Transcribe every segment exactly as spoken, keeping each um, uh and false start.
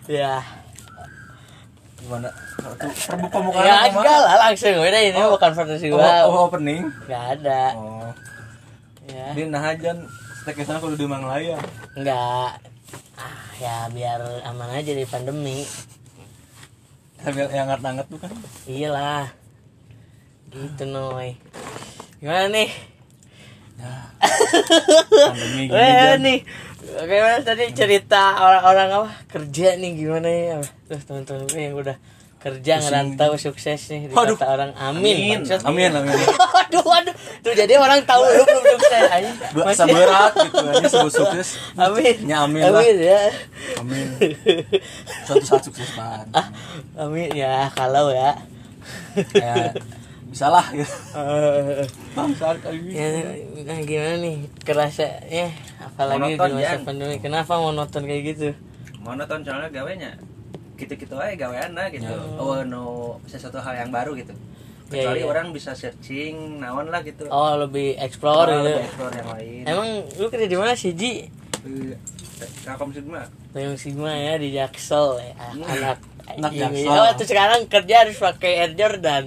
Ya. Gimana? Satu pembukaan Ya enggak lah langsung udah ini oh, bukan fantasi gua. Oh, oh opening? Enggak ada. Oh. Ya. Di nah ajan steknya kudu di Manglaya. Enggak. Ah, ya biar aman aja dari pandemi. Sambil yang hangat-hangat tuh kan. Iyalah. Gitu noy. Gimana nih? Ya. Pandemi gini Wah, Jan. nih. Bagaimana tadi cerita orang-orang apa kerja nih gimana ya? Terus teman-teman gue yang udah kerja ngerantau sukses nih dikata Aduh. orang amin. Amin, amin, amin. Aduh, aduh. Tuh jadi orang tahu lu belum sukses aja. Masih berat gitu aja sebut sukses. Amin. Ya amin lah. Amin ya. Amin. Suatu saat sukses Pan. Ah, amin ya kalau ya. Ya bisalah gitu. Eh, Bangsat kali ini. ya, nah gimana nih kerasa ya apalagi Monoton, di masa Jan. pandemi kenapa monoton kayak gitu? Monoton soalnya gawenya gitu-gitu aja gawean lah gitu. Ya. Oh no, sesuatu hal yang baru gitu. Ya, Kecuali ya. orang bisa searching naon lah gitu. Oh lebih explore Oh, gitu. lebih explore yang lain. Emang lu kerja di mana sih Ji? Eh, Telkom Sigma. Tuyung Sigma ya di Jaksel ya. Hmm. Anak Anak ini. Jaksel. Oh tuh sekarang kerja harus pakai Air Jordan.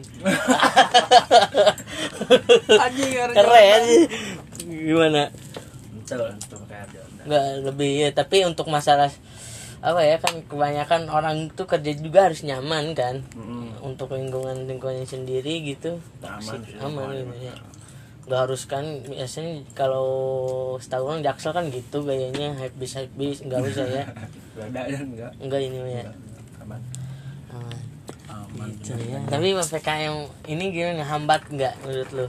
Anjing Keren. Gimana? Betul, betul kayak Jordan. Enggak lebih ya, tapi untuk masalah apa ya kan kebanyakan orang tuh kerja juga harus nyaman kan. Mm-mm. Untuk lingkungan lingkungannya sendiri gitu. Aman Sih, sih, aman aman, gitu aman. ya. Nggak harus kan biasanya kalau setahu orang Jaksel kan gitu gayanya habis habis nggak usah ya. Beda dan enggak. Enggak ini ya. Aman. Aman. Aman. Gitu ya. Tapi P P K M ini gimana hambat nggak menurut lu?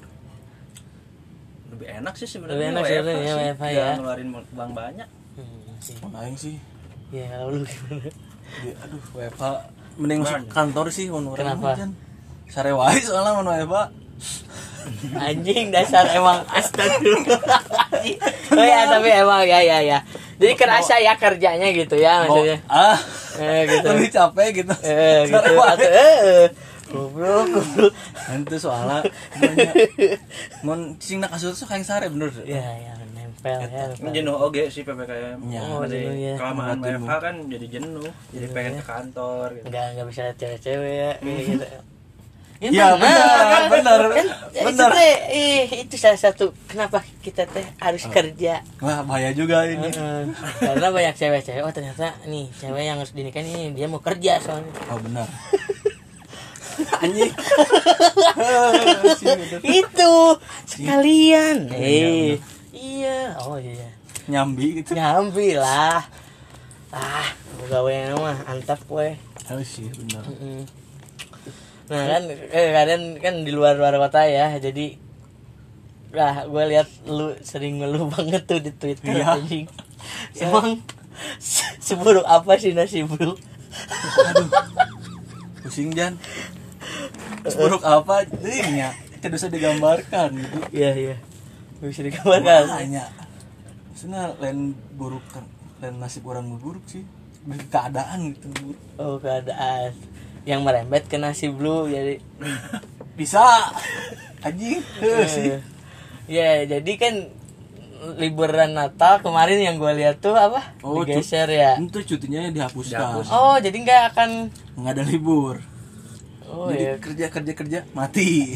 Lebih enak sih sebenarnya. Lebih enak W F H sebenarnya, sih. W F H ya. Nggak ngeluarin uang banyak. Hmm, sih. Mau aing sih. Ya kalau lu gimana? Di, aduh, W F H mending masuk Mana? kantor sih mun urang. Kenapa? Jan. Sare wae soalnya mun W F H. Anjing dasar emang astagfirullahaladzim. Oh ya tapi emang ya ya ya. Jadi kerasa ya kerjanya gitu ya maksudnya. Oh, ah. Eh gitu. Lebih capek gitu. Eh gitu. Sare wae. Atau, eh goblok goblok. Itu soalnya banyak. Mun cing nak kasus tuh kayak sare bener. Ya ya nempel ya. Ini jenuh oge sih P P K M. Ya. Oh, Jadi jenuh ya. kelamaan W F Jenuh. H kan jadi jenuh. Jadi Jenuh pengen ya. ke kantor gitu. Enggak enggak bisa lihat cewek-cewek ya kayak gitu. Iya benar, benar, Kan, benar. itu, teh, ih, itu salah satu kenapa kita teh harus kerja. Wah bahaya juga ini. Heeh. Karena banyak cewek-cewek, oh ternyata nih cewek yang harus dinikahin ini dia mau kerja soalnya. Oh benar. Anjing. Itu sekalian. Iya, Eh, iya. Oh iya. Nyambi gitu. Nyambi lah. Ah, gawean mah antap we. Harus sih benar. Mm-mm. Nah kan, eh kalian kan di luar-luar kota ya, jadi lah gue lihat lu sering ngeluh banget tuh di Twitter Iya. anjing. Emang se- seburuk apa sih nasib lu? Aduh. Pusing Jan. Seburuk apa? Ini ya tidak bisa digambarkan gitu. Iya iya. Bisa digambarkan. Hanya sebenarnya lain buruk kan, lain nasib orang buruk sih. Lebih keadaan gitu buruk. Oh keadaan yang merembet ke nasib lu jadi. Bisa. Anjing. Heuh sih. Ya jadi kan liburan Natal kemarin yang gue lihat tuh apa Oh, digeser ya. Itu cutinya dihapuskan. Dihapus. Oh jadi nggak akan. Nggak ada libur. Oh Jadi ya. kerja kerja kerja mati.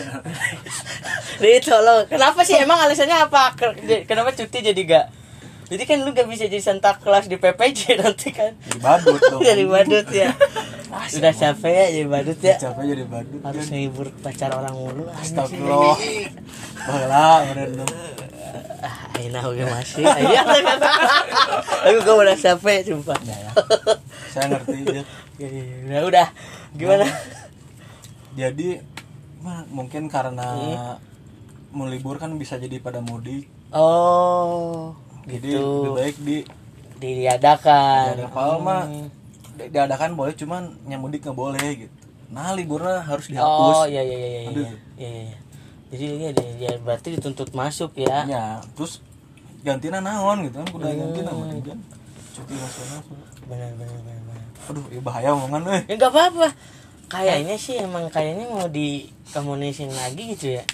Itu loh. Kenapa sih emang alasannya apa? Ker- Kenapa cuti jadi gak? Jadi kan lu gak bisa jadi Santa Claus di P P J nanti kan. Jadi badut dong. Jadi badut ya. Udah capek ya jadi badut ya. Capek jadi badut. Harus ngehibur pacar orang mulu. Astagfirullah. Baheula meureun dong. Ah, ayeuna oge masih. Iya. Aku gua udah capek sumpah. Ya, ya. Saya ngerti ya. Ya udah. Gimana? Jadi mah, mungkin karena Hmm. mau libur kan bisa jadi pada mudik. Oh, Jadi gitu. lebih baik di Diadakan. ada kalau mah Hmm. di- diadakan boleh cuman yang mudik nggak boleh gitu. Nah liburnya harus dihapus. Oh, iya iya iya iya. Aduh. Iya iya. iya. Jadi ya, dia, dia berarti dituntut masuk ya. Ya, terus gantinya naon gitu kan udah Hmm. ganti nama kan cuti nasional. Benar benar benar. benar. Aduh, ya bahaya omongan euy. Ya nggak apa-apa. Kayaknya sih emang kayaknya mau dikomunisin lagi gitu ya.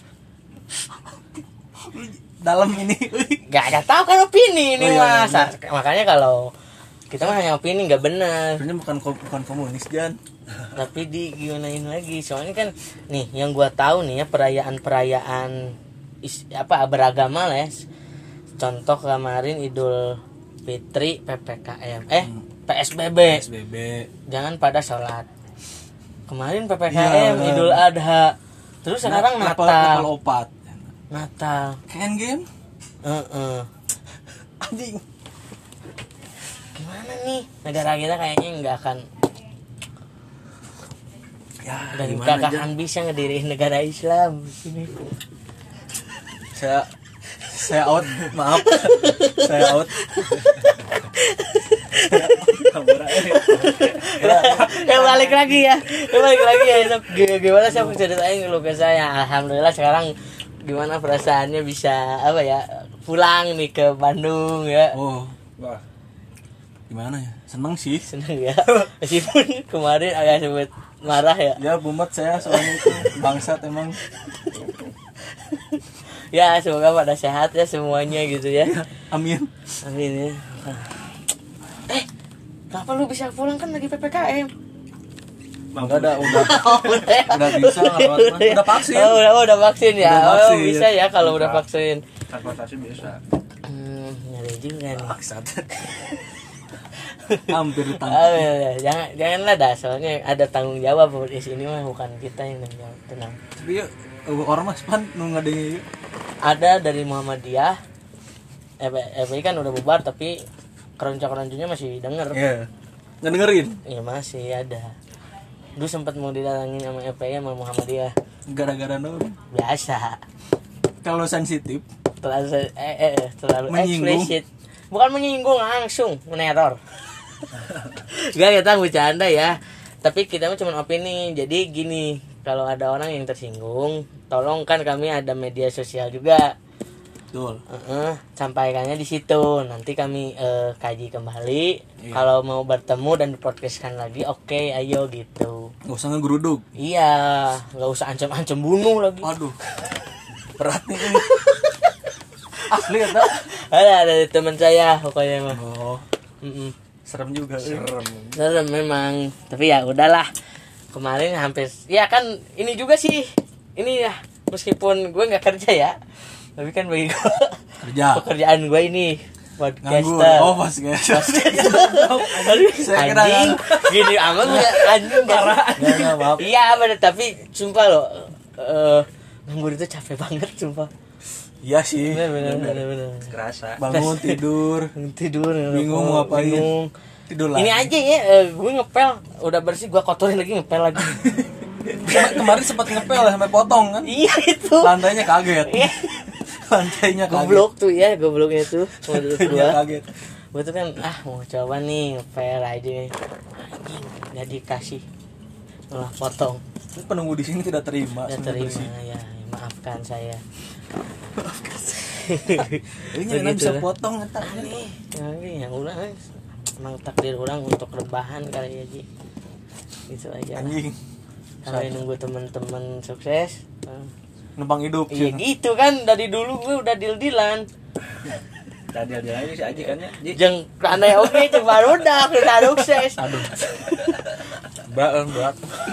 Dalam ini euy. Gak ada tahu kan opini ini Oh, iya, mas. iya. Makanya kalau Kita mah hanya opini nggak benar. Sebenarnya bukan ko- bukan komunis Jan. Tapi di gimanain lagi? Soalnya kan nih yang gua tahu nih ya perayaan-perayaan is, apa beragama lah ya. Contoh kemarin Idul Fitri, P P K M, eh P S B B. S B B. Jangan pada sholat. Kemarin P P K M, Iya. Idul Adha. Terus sekarang Nah, level- Natal. level opat. Natal. Kayak game. Heeh. Anjing. Gimana nih? Negara kita kayaknya nggak akan Ya, dan gimana nggak Jan? akan bisa ngediriin negara Islam di sini. Saya saya out, maaf. Saya out. Ya balik lagi ya, ya balik lagi ya. Sob. G- Gimana sih ceritain lu ke saya? Alhamdulillah sekarang gimana perasaannya bisa apa ya pulang nih ke Bandung ya. Oh, Wah, gimana ya? Seneng sih. Seneng ya. Meskipun kemarin agak sempat marah ya. Ya bumet saya soalnya itu bangsat emang. Ya semoga pada sehat ya semuanya gitu ya. Amin. Amin ya. Eh, kenapa lu bisa pulang kan lagi P P K M? Enggak ada, udah Oh, udah, ya? udah bisa ngelewat mah. Udah vaksin. Oh, udah, oh, udah vaksin ya. Udah vaksin. Oh, bisa ya kalau udah Bisa. vaksin. transportasi bisa. Hmm, ngeri juga nih. Bangsat. Hampir Oh, ditangkap. iya, iya. Jangan janganlah dah, soalnya ada tanggung jawab di sini mah bukan kita yang tanggung jawab. Tenang. Tapi yuk, orang mas pan nu ngadenge yuk. Ada dari Muhammadiyah. F P I kan udah bubar tapi keronco-keronconya masih denger. Iya. Nggak dengerin. Iya masih ada. Dulu sempat mau didatangin sama F P I sama Muhammadiyah. Gara-gara no. Biasa. Kalau sensitif, Terlalu eh, eh, eh, terlalu Menyinggung. eksplisit. Bukan menyinggung, langsung meneror. Gak kita bercanda ya. Tapi kita mah cuma opini. Jadi gini, kalau ada orang yang tersinggung, tolong kan kami ada media sosial juga. betul. Heeh, sampaikannya di situ. Nanti kami eh, kaji kembali. Iya. Kalau mau bertemu dan dipodcastkan lagi, oke, ayo gitu. Nggak usah ngegeruduk. Iya, nggak usah ancam-ancam bunuh lagi. Aduh. Berat nih ini. Asli kata. Ada dari teman saya pokoknya mah. Oh, Mm-mm. serem juga. Serem. Serem memang, tapi ya udahlah. Kemarin hampir, ya kan ini juga sih. Ini ya, meskipun gue nggak kerja ya, tapi kan bagi gue Kerja. pekerjaan gue ini Nganggur. podcaster. Oh, pas guys. Aduh, Saya kira anjing, gini amat ya anjing parah. Nggak, nggak, maaf. Iya bener, tapi sumpah loh, eh nganggur itu capek banget sumpah. Iya sih. Bener bener bener bener. Kerasa. Bangun tidur. Tidur, Bingung mau ngapain. bingung. Tidur lagi. Ini aja ya, eh, gue ngepel udah bersih, gue kotorin lagi ngepel lagi. Kema- kemarin sempat ngepel ya, sampai potong kan. Iya itu. Lantainya kaget. Iya. Lantainya kaget. Goblok tuh ya, gobloknya tuh. Menurut Lantainya gua. kaget. Gua tuh kan ah mau coba nih ngepel aja. Anjing, enggak dikasih. Malah potong. Terus penunggu di sini tidak terima. Enggak sampai terima bersih. ya, maafkan saya. Ini enak bisa Begitulah. potong entar. Aneh, aneh yang ulang emang takdir orang untuk rebahan kali ya Ji. Gitu aja. lah. Anjing. Kalau nunggu teman-teman sukses. eh, Numpang hidup. Iya gitu kan, dari dulu gue udah deal-dealan. Tadi ada lagi si Aji kan ya. Ji. Jeng aneh oke cek baru udah udah sukses. Aduh. Berat, berat.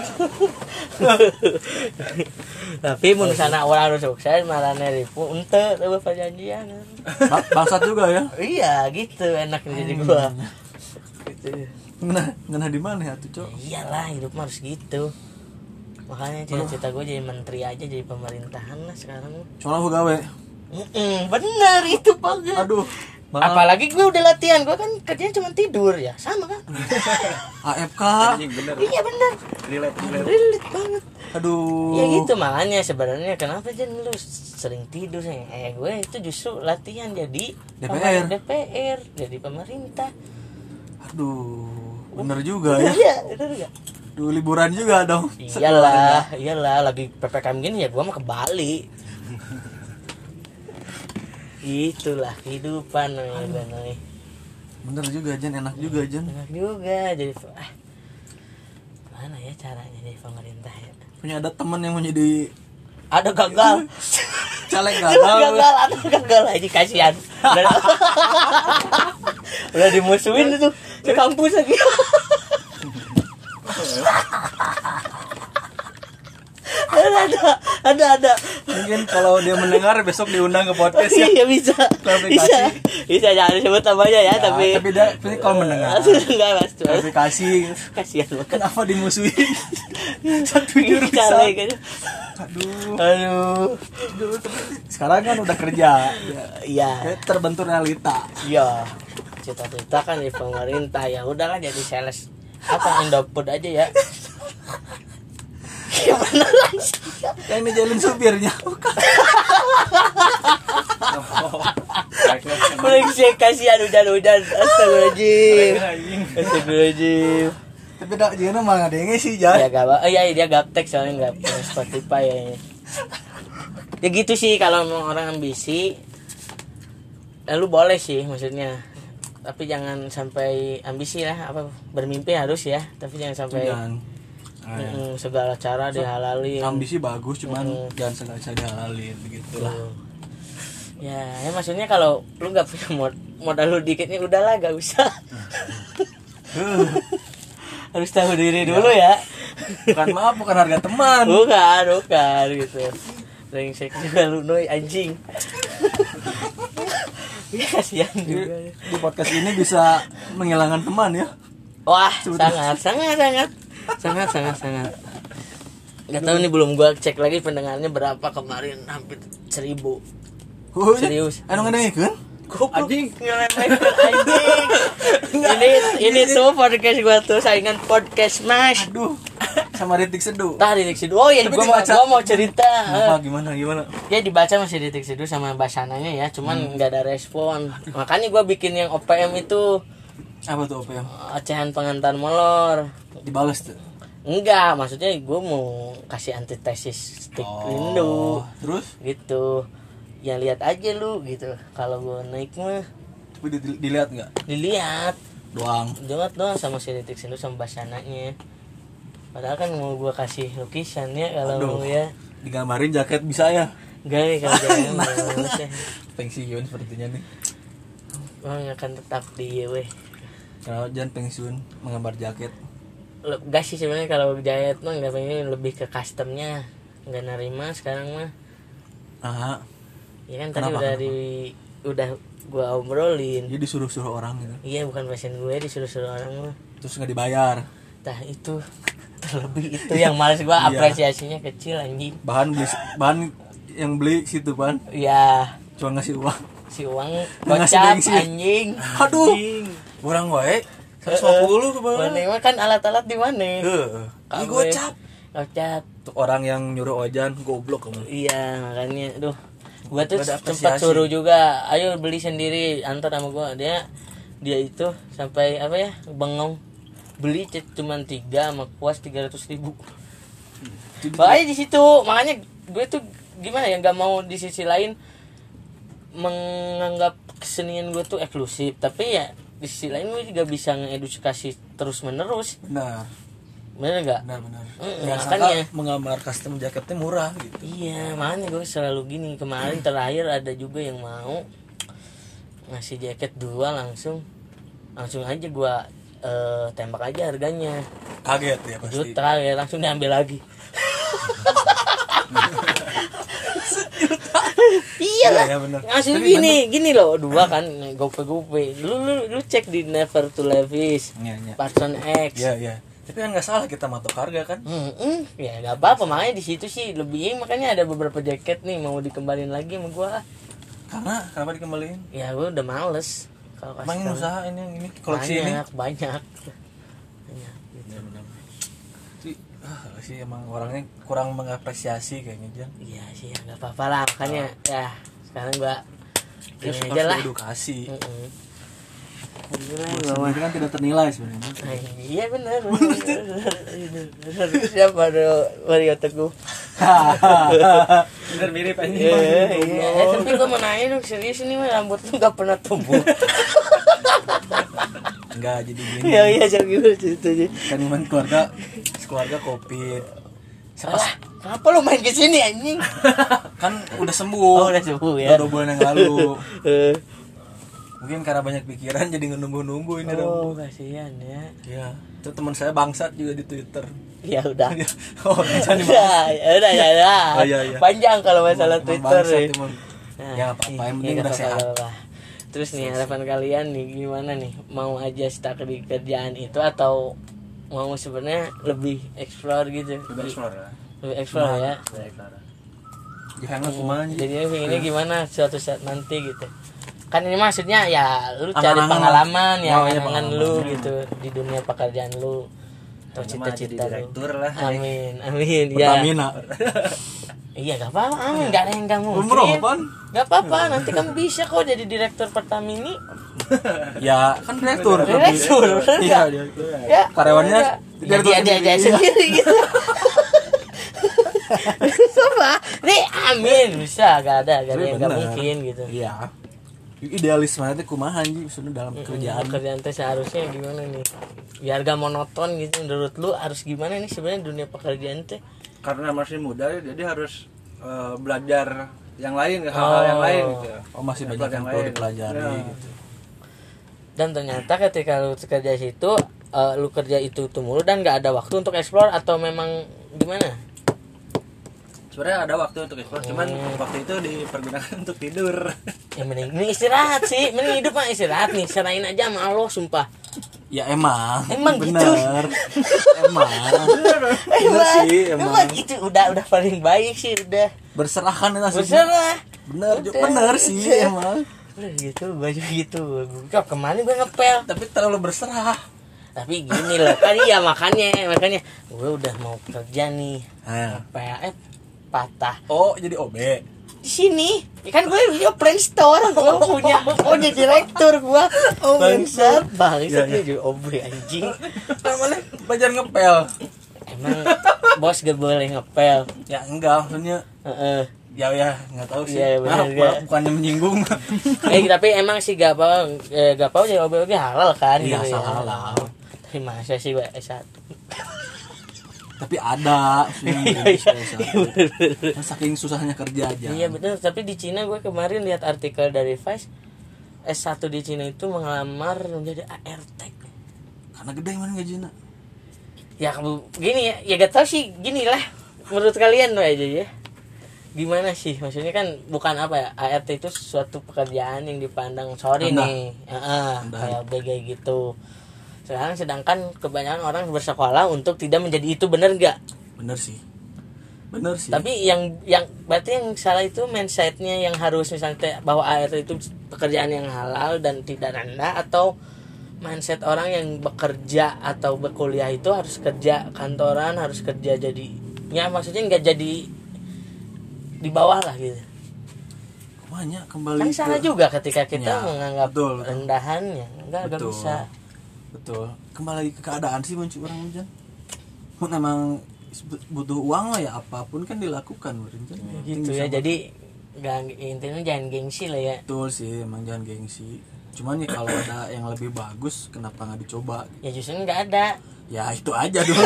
Tapi mun sana orang harus sukses malah neripu ente tuh perjanjian. Ba- Bangsat juga ya. Iya gitu enaknya jadi gua. Gitu. Ngena, ngena di mana ya tuh, Cok? Iyalah hidup mah harus gitu. Makanya cita-cita gue jadi menteri aja, jadi pemerintahan lah sekarang. Soalnya aku gawe. Mm-mm, bener itu banget. Aduh. Malah Apalagi gue udah latihan, gue kan kerjanya cuma tidur ya, sama kan? A F K. Anjing bener. Iya bener, Relate, relate. relate banget. Aduh. Ya gitu makanya sebenarnya kenapa Jan lu sering tidur sih? Eh gue itu justru latihan jadi D P R. D P R, jadi pemerintah. Aduh. Bener juga ya. Iya, bener gak? Duh, liburan juga dong. Iyalah, iyalah lagi P P K M gini ya gue mah ke Bali. Itulah kehidupan nih, Banoy. Bener juga Jan, enak juga Jan. Enak juga jadi ah, mana ya caranya jadi pemerintah ya? Punya ada teman yang mau jadi Ada gagal. caleg Gagal, gagal. gagal, ada gagal aja kasihan. Udah, udah dimusuhin itu. Ke kampus lagi. ada ada ada Mungkin kalau dia mendengar besok diundang ke podcast ya. iya bisa Klarifikasi. bisa bisa jangan disebut namanya ya, Ya, tapi tapi dia tapi kalau mendengar enggak mas klarifikasi kasihan banget. kenapa dimusuhin satu jurusan. Cale kayaknya. Aduh. Aduh. Aduh, tapi sekarang kan udah kerja. Ya. Iya. Kayak terbentur realita. Iya. Cita-cita kan di pemerintah, ya udahlah jadi sales apa Indofood aja ya. Gimana lagi? Yang ngejalin supirnya. Brengsek, kasihan hujan-hujan. Astagfirullahaladzim. Astagfirullahaladzim. Tapi dak jena mah ngadenge sih, Jan. Ya gak, oh iya dia gaptek soalnya gak punya Spotify ya. Ya gitu sih kalau mau orang ambisi. Ya lu boleh sih maksudnya. Tapi jangan sampai ambisi lah, apa bermimpi harus ya, tapi jangan sampai Jangan. Ah, ya. mm, segala cara dihalalin. Ambisi bagus, cuman Mm. jangan segala cara dihalalin begitulah. Tuh. Ya, ya maksudnya kalau lu nggak punya mod modal lu dikitnya udahlah gak usah. Harus tahu diri dulu ya. Bukan maaf, bukan harga teman. Bukan, bukan gitu. Brengsek juga lu Noy, anjing. Ya, kasihan Di, juga. di podcast ini bisa menghilangkan teman ya. Wah, Sudah. sangat, sangat, sangat. Sangat, sangat, sangat. Gak tahu nih, belum gua cek lagi pendengarnya berapa kemarin, hampir seribu. Oh, Serius. Anu ngadengikeun? Anjing, ngelemehkan anjing. Ini ini tuh podcast gua tuh saingan podcast Mas. Aduh. Sama Ritik Seduh. Tah di Detik Seduh. Oh iya, Tapi gua mau dibaca. gua mau cerita. Apa gimana gimana? Ya dibaca masih di Detik Seduh sama basananya ya, cuman nggak ada respon. Makanya gua bikin yang O P M itu Apa tuh apa yang ocehan pengantar molor. dibales tuh? Enggak, maksudnya gue mau kasih antitesis stick rindu Terus? gitu. Ya lihat aja lu gitu. Kalau gue naik mah Tapi di- dilihat nggak? dilihat Doang. jangan doang sama si Detik Sendu sama basananya. Padahal kan mau gue kasih lukisan ya kalau Aduh. mau ya. Digambarin jaket bisa ya? Enggak nih kalau jangan mau sih. Pensiun sepertinya nih. Gue akan tetap di weh. Kalau jangan pensiun menggambar jaket. Le- Enggak sih sebenarnya kalau jahit mah nggak pengen, lebih ke customnya. Nggak nerima sekarang mah. Ah, Ya kan tadi Kenapa, udah kenapa? di udah gua obrolin. jadi disuruh-suruh orang gitu. Iya, bukan passion gue disuruh-suruh orang mah. Terus nggak dibayar. Tah itu terlebih itu yang males gua, Iya. apresiasinya kecil anjing. Bahan beli bahan yang beli situ ban Ya, cuma ngasih uang. si uang Ngasih gocap bensin. anjing. Aduh. Kurang wae. seratus lima puluh ke bawah. Mana mah kan alat-alat di mana? Heeh. Ini Kabeh. gocap. Gocap. Untuk orang yang nyuruh ojan goblok kamu. Iya, makanya aduh. Gua tuh Gak ada sempat apresiasi. suruh juga, ayo beli sendiri, antar sama gua. Dia dia itu sampai apa ya? Bengong. Beli c- cuman tiga sama kuas tiga ratus ribu. Bahaya di situ, makanya gue tuh gimana ya, nggak mau di sisi lain menganggap kesenian gue tuh eksklusif, tapi ya di sisi lain gue juga bisa ngedukasi terus menerus, Benar. bener nggak? Benar benar. Mm, Ya, makanya. makanya menggambar custom jaketnya murah gitu. Iya, makanya gue selalu gini. Kemarin terakhir ada juga yang mau ngasih jaket dua langsung, langsung aja gue eh, tembak aja harganya Kaget ya pasti. juta ya, langsung diambil lagi. Iya lah, ya, bener. ngasih Tapi gini, gini loh, dua kan, gope-gope. Lu, lu, lu cek di Never to Levi's, Iya, iya. Patson X. Iya, iya. Tapi kan nggak salah kita matok harga kan? Hmm, ya nggak apa-apa, makanya di situ sih lebih, makanya ada beberapa jaket nih mau dikembalin lagi sama gua. Karena kenapa dikembaliin? Ya gua udah males kalau Emang ini custom. usaha ini yang ini koleksi ini. banyak, banyak, banyak. Ya, benar. Sih, ah, sih emang orangnya kurang mengapresiasi kayaknya Jan. Iya sih, ya nggak apa-apa lah, makanya ya sekarang gua Terus ini harus aja lah. edukasi. Mm-mm. Sendiri kan tidak ternilai sebenarnya. Nah, iya benar, benar, benar, benar. Siapa do Mario Teguh? Bener mirip anjing. Iya, iya. Eh, tapi gua mau nanya dong, serius ini mah rambut lu nggak pernah tumbuh? Enggak jadi gini. Iya iya, jangan gitu ceritanya. Kan cuman keluarga keluarga covid. Sepas Alah, kenapa lu main ke sini anjing? kan udah sembuh. Oh, udah sembuh ya. Udah dua bulan yang lalu. Eh, Mungkin karena banyak pikiran jadi ngenumbuh-numbuh ini. Oh, kasihan ya. Ya, itu teman saya bangsat juga di Twitter. Ya udah. Oh, jangan Udah, dibahas. ya udah ya udah. Oh, iya, iya. Panjang kalau masalah Emang Twitter bangsat, nih. emang. Nah, Ya nggak apa-apa, yang iya, penting nggak udah apa-apa, sehat. nggak apa-apa. Terus nih harapan kalian nih gimana nih? Mau aja stuck di kerjaan itu atau mau sebenarnya lebih explore gitu? Lebih explore lah. Lebih explore ya. Lebih explore. Jangan kumaha anjing. Jadinya pengennya gimana suatu saat nanti gitu. Kan ini maksudnya ya lu cari Angan-angan. pengalaman ya, Oh, iya, angan pengalaman. lu gitu di dunia pekerjaan lu atau Cuma jadi cita-cita lu. direktur lah. Amin, amin ya. Pertamina. Iya gak apa-apa, amin gak ada yang gak mungkin. Umroh, Pan. Gak apa-apa, nanti kamu bisa kok jadi direktur Pertamini. Ya, kan direktur. Direktur, bener Iya, nggak? direktur. Ya, Karyawannya ya, direktur dia dia aja sendiri. sendiri gitu. Coba, nih amin bisa, gak ada, gak ada yang gak Bener. mungkin gitu. Iya. Idealisme itu kumaha anjing sebenarnya dalam kerjaan. Kerjaan teh seharusnya gimana nih? Biar gak monoton gitu. Menurut lu harus gimana nih sebenarnya dunia pekerjaan teh? Karena masih muda jadi harus eh, belajar yang lain, hal-hal yang lain gitu. Oh, masih banyak Explore yang perlu dipelajari Ya. gitu. Dan ternyata ketika lu kerja di situ, eh, lu kerja itu itu mulu dan gak ada waktu untuk explore atau memang gimana? Sebenarnya ada waktu untuk explore, cuman waktu itu dipergunakan untuk tidur. Ya mending ini istirahat sih, mending hidup mah istirahat nih, serahin aja sama Allah sumpah. Ya emang. Emang bener. gitu. Emang. Bener sih, emang. emang gitu udah udah paling baik sih udah. Berserahkan itu aslinya. Berserah. Bener, Udah, bener sih udah. emang. Udah gitu, baju gitu. Gue kemana gue ngepel. Tapi terlalu berserah. Tapi gini loh, kan iya makanya makanya gue udah mau kerja nih. Nah. Ngepel eh patah. Oh, jadi O B. Di sini ya kan gue punya plan store, gue punya oh jadi direktur gue. Oh bangsat, bangsat Iya, iya. jadi O B anjing. Namanya belajar ngepel. Emang bos gak boleh ngepel. Ya enggak, maksudnya Heeh. ya ya nggak tahu sih. Iya, bener, Maaf, iya. maaf, bukannya menyinggung. Eh tapi emang sih gak apa eh, gak apa jadi O B O G halal kan Iya, gitu ya. halal. Tapi masa sih S satu. Tapi ada maksudnya Iya, mungkin bisa, iya. bisa. Kan saking susahnya kerja aja. Iya betul, tapi di Cina gue kemarin lihat artikel dari Vice S satu di Cina itu mengelamar menjadi A R T. Karena gede mana gajinya. Ya kamu gini ya, ya gak tau sih gini lah. Menurut kalian tuh aja ya. Gimana sih? Maksudnya kan bukan apa ya, A R T itu suatu pekerjaan yang dipandang sorry Rendah. nih. Heeh, Rendah. kayak B G gitu. Sekarang sedangkan kebanyakan orang bersekolah untuk tidak menjadi itu, bener nggak? Bener sih. Bener sih. Tapi yang yang berarti yang salah itu mindsetnya yang harus misalnya bahwa A R T itu pekerjaan yang halal dan tidak rendah, atau mindset orang yang bekerja atau berkuliah itu harus kerja kantoran, harus kerja jadi ya maksudnya nggak jadi di bawah lah gitu. banyak kembali Kan ke- salah juga ketika kita Ya, menganggap betul, betul. rendahannya, enggak enggak Betul. bisa. Betul. Kembali ke keadaan sih muncul orang hujan. Mun emang butuh uang lah ya apapun kan dilakukan Bro. Gitu ya. Jadi nggak intinya jangan gengsi lah ya. Betul sih, emang jangan gengsi. Cuman ya kalau ada yang lebih bagus kenapa nggak dicoba? Ya justru nggak ada. Ya itu aja dulu.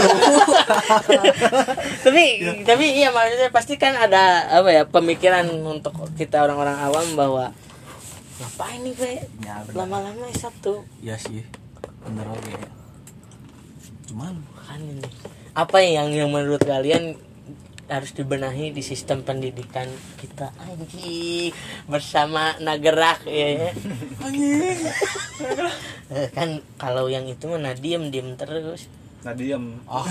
tapi tapi iya maksudnya pasti kan ada apa ya pemikiran untuk kita orang-orang awam bahwa ngapain nih gue Ya, benar. lama-lama S satu Ya sih. Bener oke. Cuman kan ini apa yang yang menurut kalian harus dibenahi di sistem pendidikan kita anjing bersama Nagerak ya. anjing. Eh, kan kalau yang itu mah nah diem diem terus. Nah diem. Ah.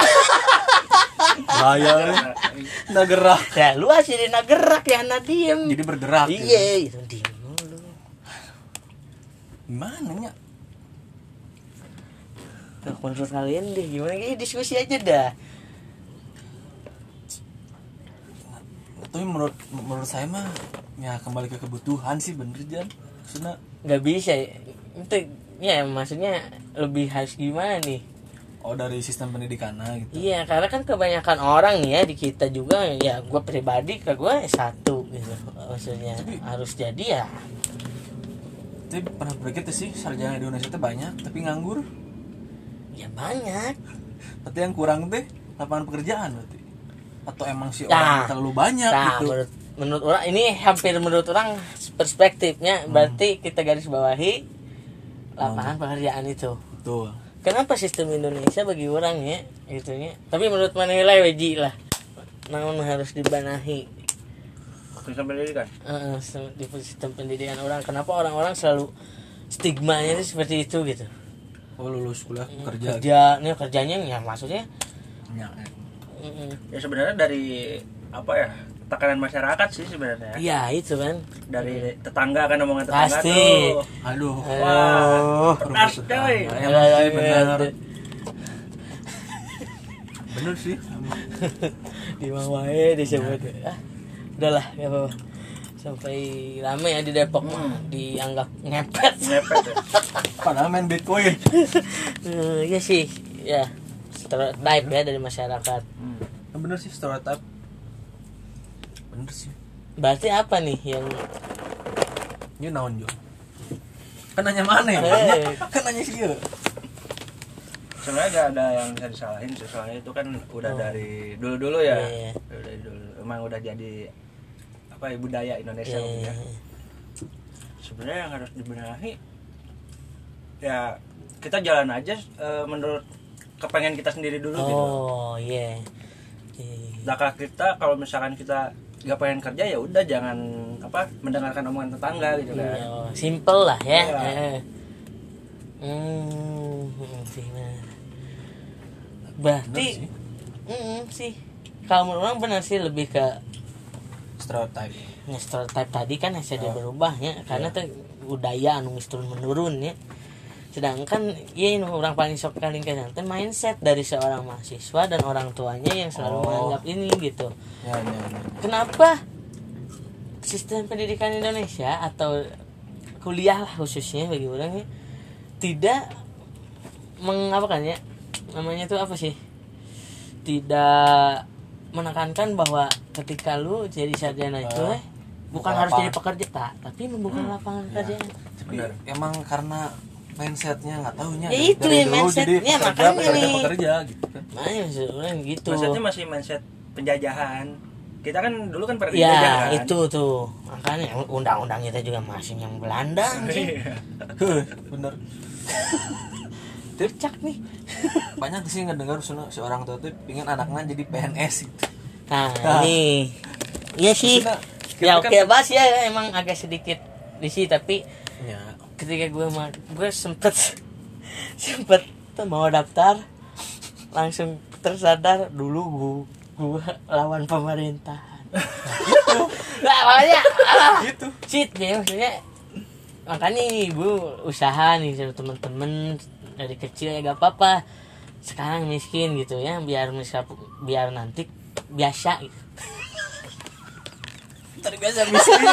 Bahaya nih. Nggak gerak. Ya lu asli di Nagerak ya nah diem. Jadi bergerak. gitu. Iya itu diem dulu. Gimana nya? Nah, menurut kalian deh gimana kayak diskusi aja dah. Tapi menurut menurut saya mah ya kembali ke kebutuhan sih bener Jan. Maksudnya Nggak bisa ya. Itu ya maksudnya lebih harus gimana nih? oh dari sistem pendidikannya gitu. Iya karena kan kebanyakan orang ya di kita juga ya gue pribadi ke gue S satu gitu maksudnya Tapi- harus jadi ya. Tapi pernah berpikir tuh sih sarjana di Indonesia itu banyak tapi nganggur. Ya banyak. Berarti yang kurang teh lapangan pekerjaan berarti. Atau emang si Nah, orang terlalu banyak Nah gitu. menurut menurut orang ini hampir menurut orang perspektifnya berarti kita garis bawahi lapangan pekerjaan itu. Betul. Kenapa sistem Indonesia bagi orang ya gitunya. Tapi menurut mana lah weji lah. Namun harus dibenahi sistem pendidikan. uh, di sistem pendidikan orang. Kenapa orang-orang selalu stigmanya itu seperti itu gitu. Oh lulus kuliah kerja. Kerjanya kerjanya ya maksudnya. Ya, Mm-mm. Ya sebenarnya dari apa ya? Tekanan masyarakat sih sebenarnya. Iya itu kan Dari tetangga kan omongan tetangga pasti. tuh. Aduh. Wah, pedas coy. Nah, emang sih benar. Iya. Bener sih. Di wae disebut ah udahlah gak apa-apa sampai rame ya di Depok mah dianggap ngepet. Ngepet ya. Padahal main Bitcoin. Eh, iya sih ya stereotype ya dari masyarakat. Hmm. Yang bener sih stereotip. Bener sih. Berarti apa nih yang Ini naon Jo? Kan nanya mana ya? Eh. Kan nanya sih ya. Sebenarnya gak ada yang bisa disalahin sih, soalnya itu kan udah Oh. dari dulu-dulu ya. Iya. Udah dari dulu. Emang udah jadi apa ya budaya Indonesia ya, ya. Sebenarnya yang harus dibenahi ya kita jalan aja eh, menurut kepengen kita sendiri dulu gitu. oh iya yeah. Dakar kita kalau misalkan kita gak pengen kerja ya udah jangan apa mendengarkan omongan tetangga gitu kan. Iya, simple lah ya. Iya. Eh. Hmm, sih benar. Berarti Bener sih. mm, sih kalau menurut orang benar sih lebih ke Stereotip. ya, stereotype tadi kan saja Oh. berubah ya karena tuh budaya anu geus turun menurun ya. Sedangkan ya ini orang paling sok kali kan mindset dari seorang mahasiswa dan orang tuanya yang selalu Oh. menganggap ini gitu. Ya, ya, ya. Kenapa sistem pendidikan Indonesia atau kuliah lah khususnya bagi orang ya, tidak mengapakan ya namanya itu apa sih tidak menekankan bahwa ketika lu jadi sarjana itu Uh, eh, bukan buka harus lapangan. jadi pekerja tak tapi membuka Hmm. lapangan Ya. pekerjaan. Tapi emang karena mindsetnya nggak tahunya Ya dari- itu dari ya dulu mindsetnya, jadi pekerja, makanya pekerja, nih. pekerja gitu kan. Makanya sebenarnya gitu. Mindsetnya masih mindset penjajahan. Kita kan dulu kan pernah Ya dijajah kan. itu tuh makanya undang-undang kita juga masih yang Belanda anjing. Iya. Heh, bener. Tercak nih. Banyak sih ngedengar sana si orang tua tuh pengen anaknya jadi P N S gitu. Nah, Nah. ini iya sih. Maksudnya, Ya kita oke kan- bahas ya emang agak sedikit di sini tapi Ya. ketika gue ma- gue sempet sempet tuh mau daftar langsung tersadar dulu gue gue lawan pemerintahan. Nah, makanya ah, Gitu. shit ya maksudnya makanya nih gue usaha nih sama temen-temen dari kecil ya gak apa-apa sekarang miskin gitu ya biar misal biar nanti biasa gitu. Terbiasa miskin.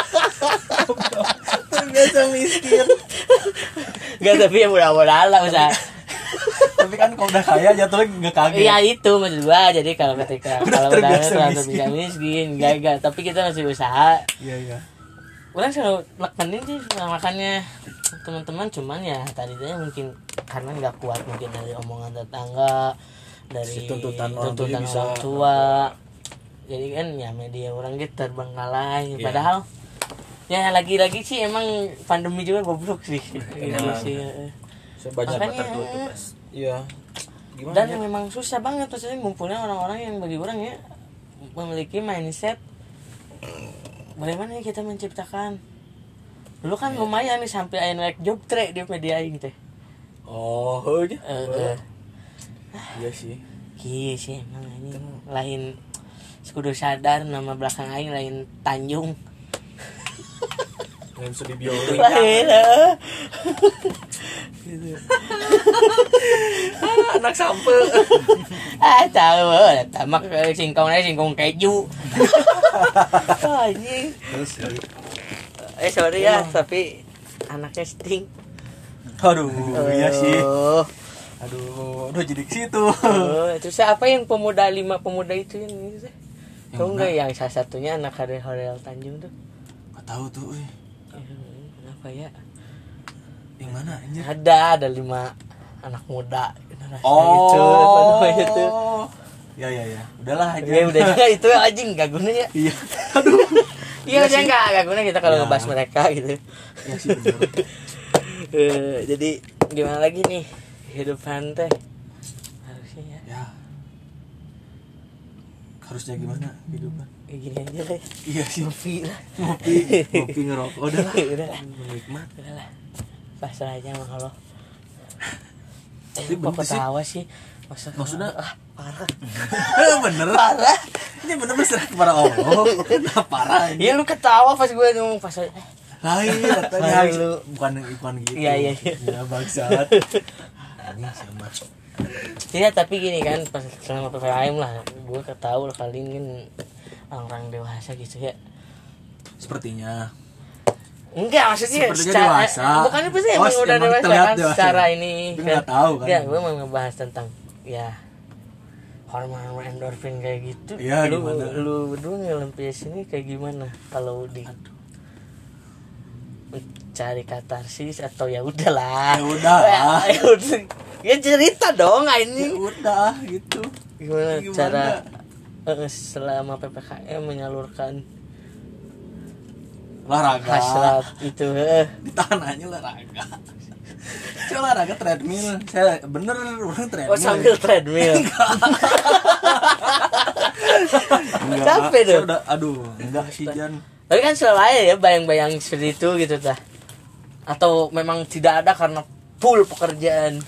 Terbiasa miskin. Gak tapi ya mudah-mudahan lah usaha. Tapi kan kalau udah kaya jatuhnya nggak kaget. Iya itu maksud gua jadi kalau ketika kalau udah terbiasa terbiasa miskin. miskin, miskin gak gak tapi kita masih usaha. Iya iya. Orang selalu nekenin sih makanya teman-teman cuman ya tadinya mungkin karena nggak kuat mungkin dari omongan tetangga dari Si tuntutan orang tua tuntutan bisa- orang tua. Jadi kan ya media orang gitu terbengkalai Iya. padahal ya lagi-lagi sih emang pandemi juga goblok sih. Gitu Emang. sih. Banyak Makanya- tertutup. Iya. Gimana Dan ya? memang susah banget maksudnya ngumpulnya orang-orang yang bagi orang ya memiliki mindset bagaimana ya kita menciptakan dulu kan lumayan nih sampai ayo naik job track di media ini teh. Oh, aja. Eh, eh. Iya sih. Iya sih emang ini lain kudu sadar nama belakang aing lain Tanjung. Yang bisa dibiolin. Lain. eh. Gitu. Anak sampe. Ah tahu tamak singkong aja singkong keju. Anjing. Terus Eh sorry ya, tapi anaknya sting. aduh, iya sih. Oh, Aduh, udah jadi ke situ. oh, itu siapa yang pemuda lima pemuda itu yang itu sih? Yang Tahu mana? nggak yang salah satunya anak Harel Harel Tanjung tuh? Gak tahu tuh, eh. Eh, Kenapa ya? Yang mana anjir? Ada ada lima anak muda generasi Oh. itu apa namanya itu? Ya ya ya. Udahlah aja. Ya udah juga itu anjing gak guna ya. Iya. Aduh. Iya udah enggak gak guna kita kalau Ya. ngebahas mereka gitu. Ya sih benar. Eh, jadi gimana lagi nih kehidupan teh harusnya ya Ya. Harusnya gimana kehidupan? kayak gini aja lah ya. Iya sih. Ngopi lah. Ngopi, ngopi ngerokok. Udahlah. Udahlah. Menikmat. Udahlah pasrah aja sama Allah. Eh, Tapi kok bener sih. ketawa sih masa Maksudnya ah parah bener. parah Ini bener berserah kepada Allah. Nah, parah ini. iya lu ketawa pas gue ngomong pas eh, Lain katanya Lain habis- lu. bukan bukan gitu. Iya, iya, iya. Ya bangsat. Ini sama. iya tapi gini kan pas selama P P K M lah gue ketawa kali ini kan orang-orang dewasa gitu ya. Sepertinya. Enggak maksudnya Sepertinya secara dewasa. bukan apa sih Oh, emang udah emang dewasa terlihat kan dewasa. secara ini Tapi nggak tahu kan. ya gue mau ngebahas tentang ya hormon endorfin kayak gitu. Iya, lu gimana? lu berdua ngelampias ini kayak gimana kalau di cari katarsis atau ya udahlah Ya udah. ya udah ya cerita dong Ya ini udah gitu. gimana, Gimana? cara eh, selama P P K M menyalurkan Olahraga. hasrat itu eh. Ditahan aja olahraga. Saya olahraga treadmill. Saya bener orang treadmill. Oh sambil treadmill. Enggak, Capek saya tuh. udah aduh, enggak sih Jan. Tapi kan selalu aja ya bayang-bayang seperti itu gitu tah. Atau memang tidak ada karena full pekerjaan.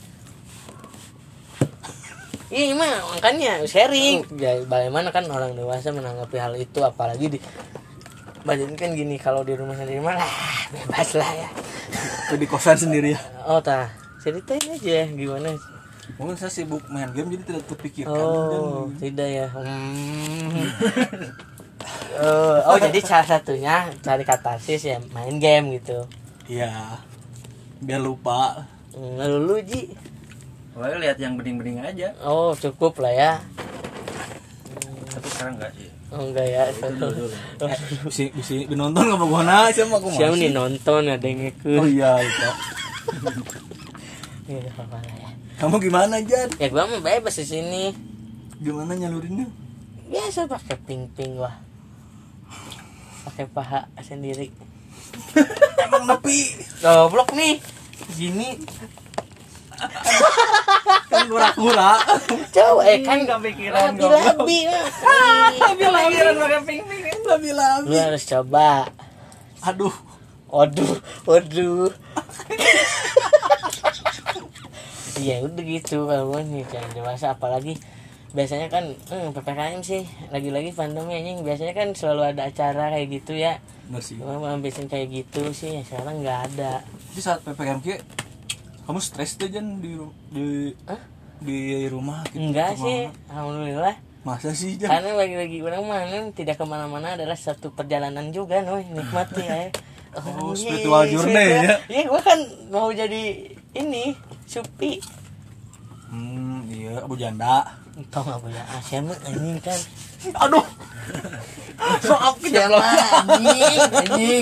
Iya mah makanya sharing. Ya bagaimana kan orang dewasa menanggapi hal itu apalagi di badan kan gini kalau di rumah sendiri malah bebas lah ya. Itu di kosan sendiri ya. Oh tah ceritain aja gimana. Mungkin saya sibuk main game jadi tidak terpikirkan. Oh Dan- tidak ya. Hmm. oh, oh jadi salah satunya cari katarsis ya main game gitu. Iya. Biar lupa. Hmm, lalu lu Ji. Pokoknya lihat yang bening-bening aja. Oh cukup lah ya. Tapi sekarang enggak sih. Oh enggak ya. Eh, bisa bisa nonton nggak mau gua siapa aku Siapa nih masih. nonton ada yang ngikut. Oh iya lupa. Ya apa lah ya. Kamu gimana Jan? Ya gua mah bebas di sini. Gimana nyalurinnya? Biasa pakai ping-ping lah. Pakai paha sendiri. Emang nepi. Goblok nih. Gini. Kan kura-kura. Coba eh kan Nggak pikiran, labi-labi. Labiran pakai ping-ping. Labi-labi. Lu harus coba. Aduh. Waduh, waduh. Iya udah gitu kalau gua nih jangan dewasa apalagi biasanya kan hmm, P P K M sih lagi-lagi pandemi anjing biasanya kan selalu ada acara kayak gitu ya. Enggak sih. Cuma malah biasanya kayak gitu sih ya sekarang nggak ada. Jadi saat P P K M ki kamu stres tuh Jan di di Hah? di rumah gitu. Enggak kemana? sih, alhamdulillah. Masa sih Jan? Karena bagi-bagi orang mana tidak kemana-mana adalah satu perjalanan juga, noh nikmati ya. Oh, iya, spiritual journey spiritual. ya? Iya, gua kan mau jadi ini Supi. Hmm, iya, Abu Janda. Tau nggak punya Asia mah anjing kan. Aduh. Maaf Siapa anjing, anjing.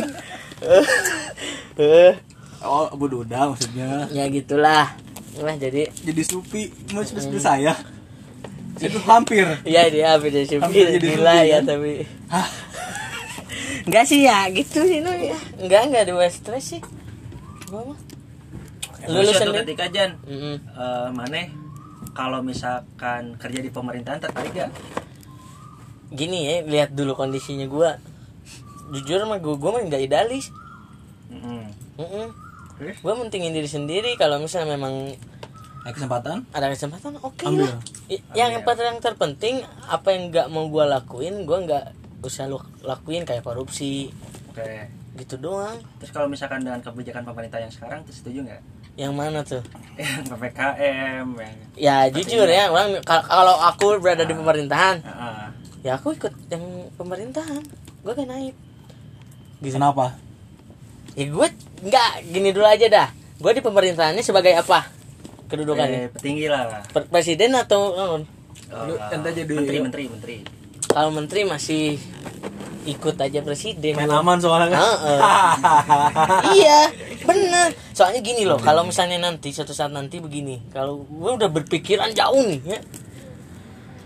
Eh, Oh, Abu Duda maksudnya. ya gitulah. Nah, jadi Jadi Supi, mau seperti saya. Itu hampir. ya dia beda Supi Hampir jadi gila Supi, ya kan? tapi. Hah? Enggak sih ya, gitu sih no ya. Enggak, enggak ada stres sih. Gua mah. Lu lu Lu suatu sendiri. ketika Jan, Mm-mm. eh maneh kalau misalkan kerja di pemerintahan tertarik gak? Gini ya, lihat dulu kondisinya gua. Jujur mah gua gua mah enggak idealis. Mm-mm. Heeh. Terus? Gua mentingin diri sendiri kalau misalnya memang Ada kesempatan? ada kesempatan oke Ambil. lah. I- Yang yang paling terpenting apa yang enggak mau gua lakuin, gua enggak usah lu lakuin kayak korupsi Oke. gitu doang. Terus kalau misalkan dengan kebijakan pemerintah yang sekarang, tuh setuju nggak? Yang mana tuh? Yang P P K M, yang Ya jujur ya, orang kal- kalau aku berada di pemerintahan, Heeh. ya aku ikut yang pemerintahan. Gua kan naik. Gitu. Kenapa? Ya gue enggak gini dulu aja dah. Gue di pemerintahannya sebagai apa? Kedudukannya. Eh, petinggi lah. Per- presiden atau non? Oh, ente jadi- menteri, menteri, menteri. Kalau menteri masih ikut aja presiden. Main aman soalnya kan. Heeh. Iya, bener. Soalnya gini loh, kalau misalnya nanti suatu saat nanti begini, kalau gue udah berpikiran jauh nih ya.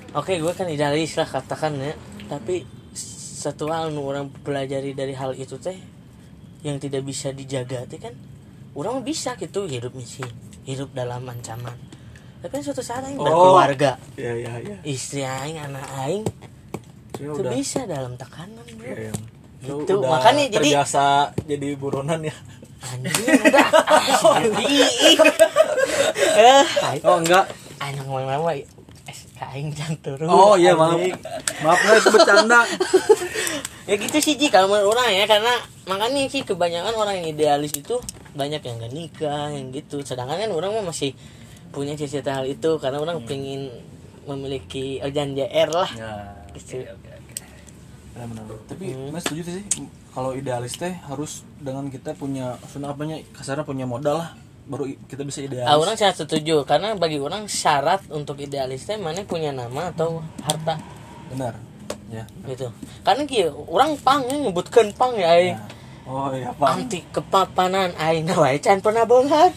oke gue kan idealis lah katakan ya, tapi satu hal nu orang pelajari dari hal itu teh yang tidak bisa dijaga teh kan orang bisa gitu hidup misi hidup dalam ancaman, tapi kan suatu saat aing Oh. berkeluarga, Iya iya iya. istri aing, anak aing Ya itu udah. bisa dalam tekanan bro. Iya, iya. Lu Gitu, udah makanya jadi- terbiasa jadi buronan ya. Anjing udah ah, jadi eh Oh enggak. aing ngomong mah es aing jang turun. Oh iya maaf. anjing. Maaf guys bercanda. Ya gitu sih Ji kalau menurut orang ya, karena makanya sih kebanyakan orang yang idealis itu banyak yang gak nikah yang gitu, sedangkan kan orang mah masih punya cita-cita hal itu karena orang pengen memiliki organ J R lah Nah, gitu. oke, oke, oke. Benar-benar. Tapi Hmm. Mas setuju sih kalau idealis teh harus dengan kita punya maksudnya apanya kasarnya punya modal lah baru i- kita bisa idealis. Ah, orang sangat setuju karena bagi orang syarat untuk idealis teh mana punya nama atau harta Benar. Ya. gitu. Karena gitu orang pang ya, nyebutkan pang ya aing. Ya. Oh iya Pak. Anti kepapanan aing na wae can pernah beunghar.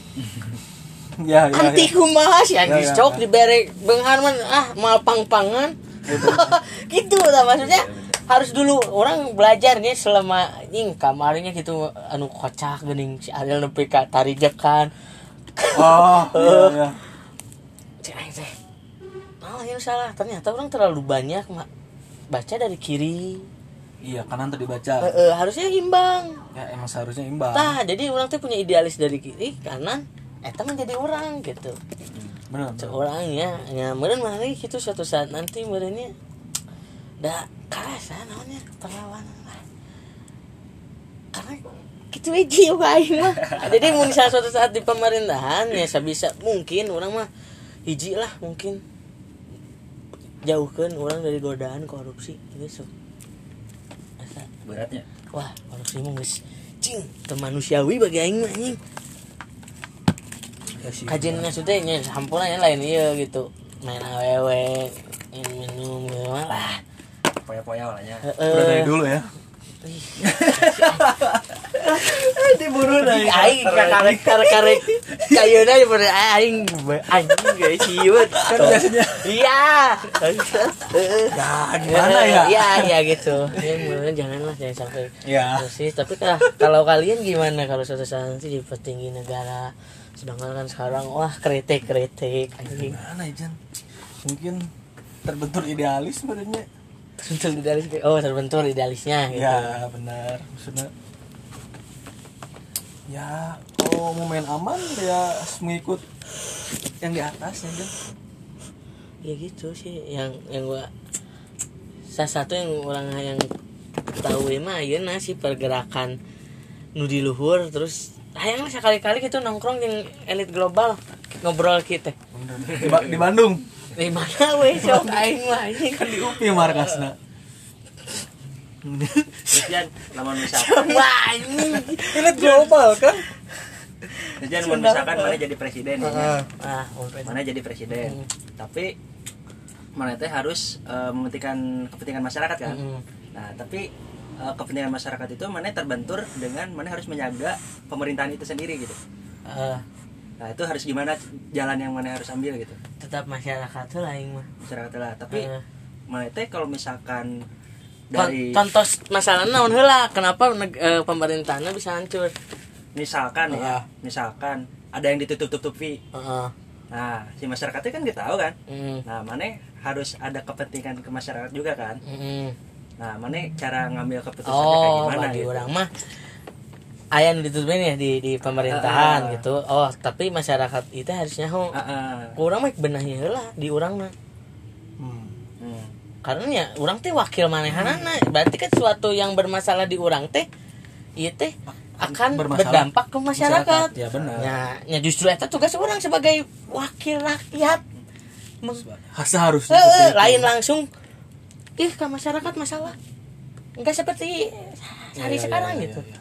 Ya ya. Anti ya. kumaha sih anjing Ya, ya, cok ya. dibere beunghar man ah mal pang-pangan. Gitu lah maksudnya. Harus dulu orang belajarnya selama ini kamarnya gitu anu kocak geuning si Ariel nepi ka tarijekan. Oh iya iya. Cek aing teh. Oh, yang salah. Ternyata orang terlalu banyak mak baca dari kiri. Iya kanan tadi Eh, baca. eh, harusnya imbang. Ya emang seharusnya imbang. Tah, jadi orang tuh punya idealis dari kiri, kanan, eta menjadi orang gitu. Benar. Cek orangnya, ya meureun mah gitu suatu saat nanti meureunnya da karasa naonnya perlawanan lah. Karena gitu we jieu aing mah. Jadi mun misalnya suatu saat di pemerintahan ya sabisa mungkin orang mah hiji lah mungkin jauhkan orang dari godaan korupsi gitu. Asa Beratnya. wah korupsi mah geus cing teu manusiawi bagi aing mah anjing. Ya sih. Kajiannya sudah nya sampurna ya lain ieu gitu. Main awewe, minum minum gitu lah. Poya-poya walanya. Udah dari dulu ya. Diburu Aing aing karek karek cayeuna ya pada aing anjing guys siut. Kan biasanya. Iya. Ya gimana ya? Iya iya gitu. Ya mulai janganlah jangan sampai Ya. sih. Tapi kah, kalau kalian gimana kalau suatu saat nanti di petinggi negara, sedangkan kan sekarang wah kritik kritik anjing. Gimana ya Jan? Mungkin terbentur idealis sebenarnya. Terbentur idealis, oh terbentur idealisnya gitu. Ya benar maksudnya. Ya kalau mau main aman ya harus mengikut yang di atas ya Jan. Ya gitu sih yang yang gua salah satu yang orang yang tahu mah ayeuna sih pergerakan nu di luhur terus hayang sekali-kali gitu nongkrong yang elit global ngobrol kita Di, Ba- di Bandung di mana we sok aing mah anjing kan di U P I markasna. Kemudian lamun misalkan wah anjing Elit global kan? kemudian mun misalkan mana jadi presiden ya. ah Mana jadi presiden. Tapi mana teh harus eh, mementingkan kepentingan masyarakat kan. Mm. Nah, tapi eh, kepentingan masyarakat itu mana terbentur dengan mana harus menjaga pemerintahan itu sendiri gitu. Eh, Nah, itu harus gimana jalan yang mana harus ambil gitu. tetap masyarakat tuh lah aing mah. Masyarakat lah. Tapi Eh. mana teh kalau misalkan Kon- dari contoh masalahnya naon heula kenapa neg- eh, pemerintahnya bisa hancur. misalkan ya, misalkan ada yang ditutup-tutupi. Heeh. Nah, si masyarakatnya kan nggak tahu kan. Mm. Nah, mana harus ada kepentingan ke masyarakat juga kan. Mm. Nah, mana cara ngambil keputusannya kayak Oh, gimana bagi gitu. orang mah aya nu ditutupin ya di di pemerintahan Ah, ah. gitu. Oh, tapi masyarakat itu harusnya ho. Heeh. Urang mah benahnya heula di urangna. Hmm. Hmm. Karena ya urang teh wakil manehanana. Berarti kan suatu yang bermasalah di urang teh ieu teh akan Bermasalah. berdampak ke masyarakat. Ya benar. Ya, ya justru eta tugas orang sebagai wakil rakyat. Meng- Seharusnya Eh, seperti itu. lain langsung ih ke masyarakat masalah. Enggak seperti hari Ya, ya, sekarang ya, gitu. ya, ya.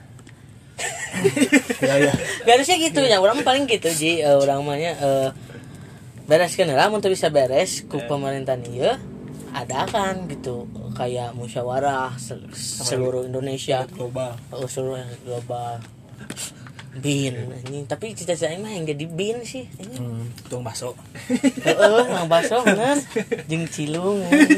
Ya ya. Harusnya gitu ya, orang paling gitu Ji, eh, orang mahnya eh bereskeun heula mun teu bisa beres ku pemerintahan ieu adakan gitu kayak musyawarah sel- seluruh Indonesia, Global. oh, seluruh global. bin anjing, tapi cita-cita aing mah yang jadi bin sih anjing. Hmm, tukang bakso. Heeh, nang bakso bener jeung cilung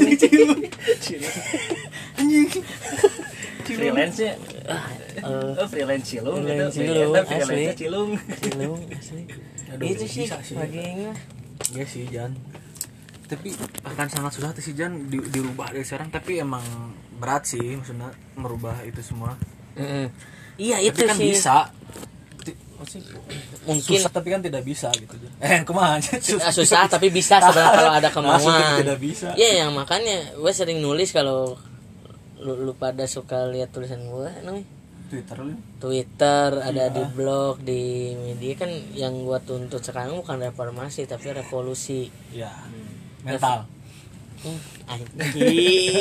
Anjing. Freelance nya. ah eh, Oh, freelance cilung Freelance gitu. cilung, Beda asli. freelance cilung. cilung asli. Aduh, Itu sih bisa sih. bagi aing mah. Iya sih Jan, tapi akan sangat susah tuh sih Jan di, dirubah dari sekarang, tapi emang berat sih maksudnya merubah itu semua. Mm-mm. Iya Tapi itu kan sih bisa. Ti- maksudnya mungkin susah tapi kan tidak bisa gitu Jan. Eh kumaha? Ah, susah tapi bisa sebenarnya kalau ada Maksudnya kemauan. tidak bisa. Iya, yang makanya gue sering nulis kalau lu, lu pada suka lihat tulisan gue, nih Twitter lu. Twitter, ada Iya. di blog, di media kan yang gue tuntut sekarang bukan reformasi tapi revolusi. Ya. Mental. Hmm, anjing.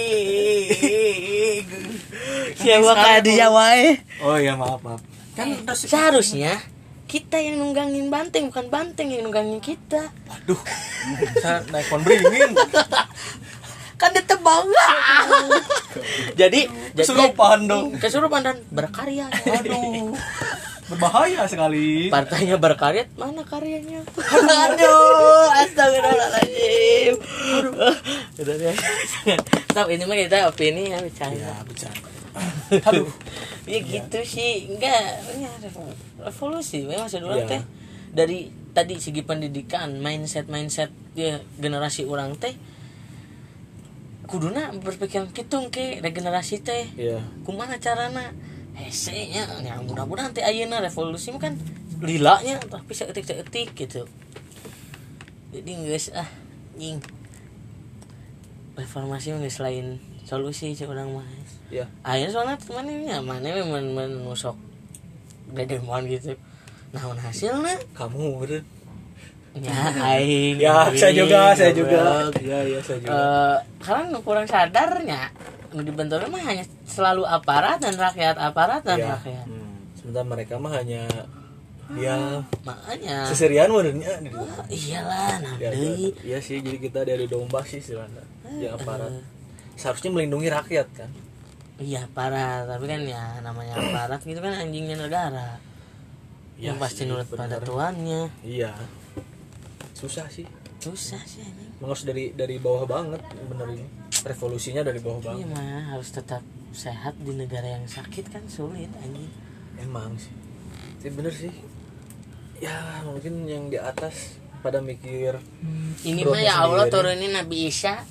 Siapa kayak dia wae? Oh iya maaf maaf. Kan udah sih. Seharusnya kita yang nunggangin banteng, bukan banteng yang nunggangin kita. Waduh. Saya naik pohon beringin. Kan ditebang. jadi jadi Kesurupan dong. kesurupan dan berkarya. Aduh. Berbahaya sekali. Partainya berkarya, mana karyanya? Aduh, astagfirullahaladzim. Udah deh. Stop, ini mah kita opini ya, Ya, bercanda. bercanda. Aduh. Ya gitu sih, enggak, ini revo- revolusi. Memang maksud orang Iya. teh dari tadi segi pendidikan, mindset mindset ya, generasi orang teh kuduna berpikiran kitung ke regenerasi teh. Iya. Kumaha carana hese nya ya mudah-mudahan teh ayeuna revolusi mah kan lilanya tapi seetik-seetik gitu. Jadi geus ah nying reformasi mah geus lain solusi cek urang mah. Iya. Ayeuna soalnya teman nya mana men menusok dedemoan gitu. Naon hasilna? Kamu bener. Ya aing. Ya, saya juga, saya goblok. juga. Iya, iya, saya juga. Eh, karena kurang sadarnya nu dibentuknya mah hanya selalu aparat dan rakyat, aparat dan Iya. rakyat. Hmm. Sebentar mereka mah hanya dia Makanya seserian modelnya gitu. ah, iyalah nah Ya, deui. iya sih, jadi kita dari domba sih istilahnya. Ya aparat. Seharusnya melindungi rakyat kan. Iya aparat, tapi kan ya namanya aparat gitu kan anjingnya negara. Ya Yang pasti sih, nurut pada benar. tuannya. Iya. Susah sih. Susah sih anjing. Emang harus dari dari bawah banget bener ini. Revolusinya dari bawah Iya banget. mah harus tetap sehat di negara yang sakit kan sulit anjing. Emang sih. Tapi bener sih. Ya mungkin yang di atas pada mikir Ini Bro, mah ya Allah sendiri. turunin Nabi Isa.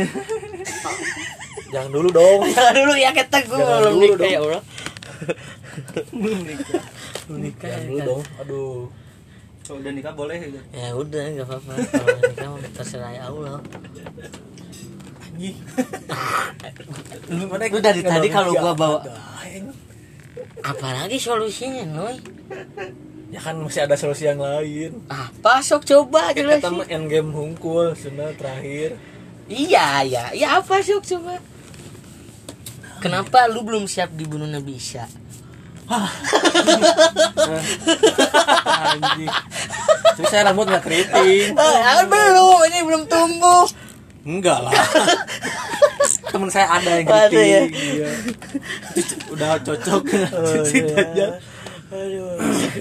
jangan dulu dong. Jangan dulu ya kita gue Jangan belum dulu nikah dong. ya Allah. Belum nikah. Belum nikah. Jangan ya, dulu kan? dong. Aduh. Kalau udah nikah boleh gitu. Ya udah nggak apa-apa. Kalau nikah mah terserah ya Allah. Anjing. Lu, lu dari tadi kalau gua bawa Ada. apalagi solusinya Noy? Ya kan masih ada solusi yang lain. Apa sok coba Kita jelasin. mah endgame hungkul sebenarnya terakhir. Iya ya, ya apa sok coba? Kenapa lu belum siap dibunuh Nabi Isa? Anjing. Terus saya rambut nggak keriting. Ah, belum, ini belum tumbuh. Enggak lah. Temen saya ada yang Ada keriting. ya? Iya. Udah cocok dengan Oh, titik iya. aja. Aduh.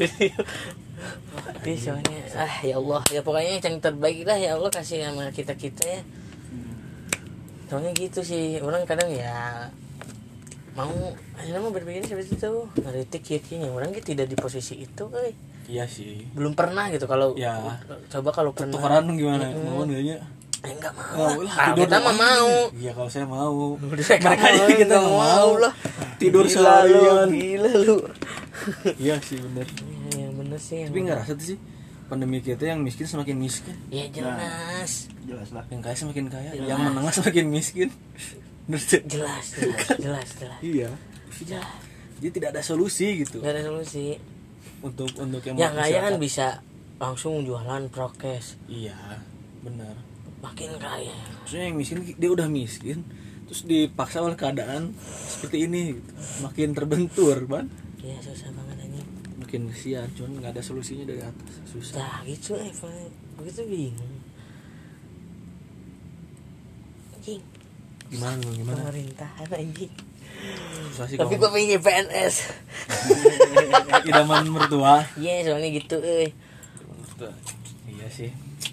Tapi soalnya ah ya Allah ya pokoknya yang terbaik lah ya Allah kasih sama kita kita ya. Soalnya gitu sih orang kadang ya mau akhirnya mau berpikir seperti itu ngeritik kiri orang gitu tidak di posisi itu kali Iya sih. belum pernah gitu kalau Ya. coba kalau pernah Tukeran gimana? Mm-mm. Mau enggaknya? Eh, enggak mau Oh, lah. lah, Ah, tidur kita mah doang. mau Iya kalau saya mau. Mereka Mereka aja kita nggak nggak mau lah. Tidur Gila seharian. lu, gila lu Iya sih bener. ya, yang bener sih yang Tapi nggak rasa tuh sih pandemi kita yang miskin semakin miskin, ya jelas Jelas lah. yang kaya semakin kaya, Jelas. yang menengah semakin miskin. Bener sih? jelas jelas jelas jelas Iya. jelas Jadi tidak ada solusi gitu nggak ada solusi untuk untuk yang yang kaya kan masyarakat. bisa langsung jualan prokes Iya, benar. makin kaya Maksudnya yang miskin dia udah miskin, terus dipaksa oleh keadaan seperti ini, gitu. Makin terbentur, ban. ya susah banget aja Makin kesian, cuman nggak ada solusinya dari atas, susah. nah gitu eh Pak. Begitu bingung anjing Gimana lu, gimana? pemerintahan anjing Susah sih Tapi kalau gue pengen P N S. idaman mertua. Iya, soalnya gitu euy. Iya sih.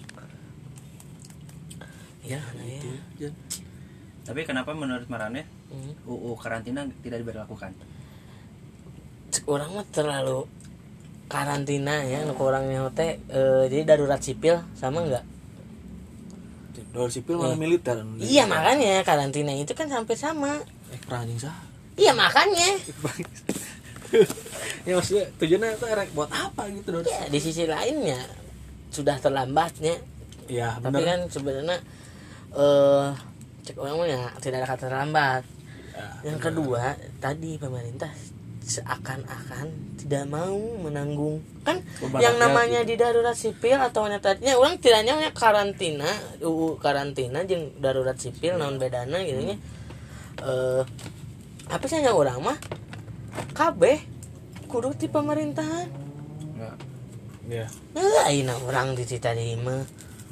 Ya, nah ya. Jan. Tapi kenapa menurut Marane Hmm. U U karantina tidak diberlakukan? Cek orang mah terlalu karantina ya, nu orangnya teh eh, jadi darurat sipil sama enggak? Darurat sipil mana militer? Iya, makanya karantina itu kan sampai sama. Eh, perang sah. Iya, makanya. Ya maksudnya tujuannya itu erek buat apa gitu darurat? Ya, di sisi lainnya sudah terlambatnya. Iya, Tapi benar. kan sebenarnya eh cek orang mah ya tidak ada kata terlambat. Ya, Yang kedua, tadi pemerintah seakan-akan tidak mau menanggung kan Beban yang rakyat namanya gitu. di darurat sipil atau nyatanya orang tidak hanya karantina U U karantina jeung darurat sipil naon bedana gitu nya. Eh apa sih nya orang mah kabeh kudu ti pemerintahan. Enggak. Iya. Nah, ayeuna orang di cita deui mah.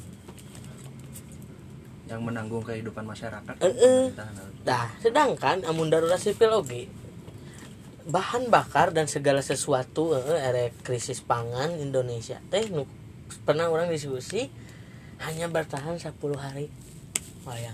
Yang menanggung kehidupan masyarakat. Heeh. pemerintahan harus. Nah, sedangkan amun darurat sipil oge bahan bakar dan segala sesuatu eh erek krisis pangan Indonesia teh nu pernah orang diskusi hanya bertahan sepuluh hari. Bayang.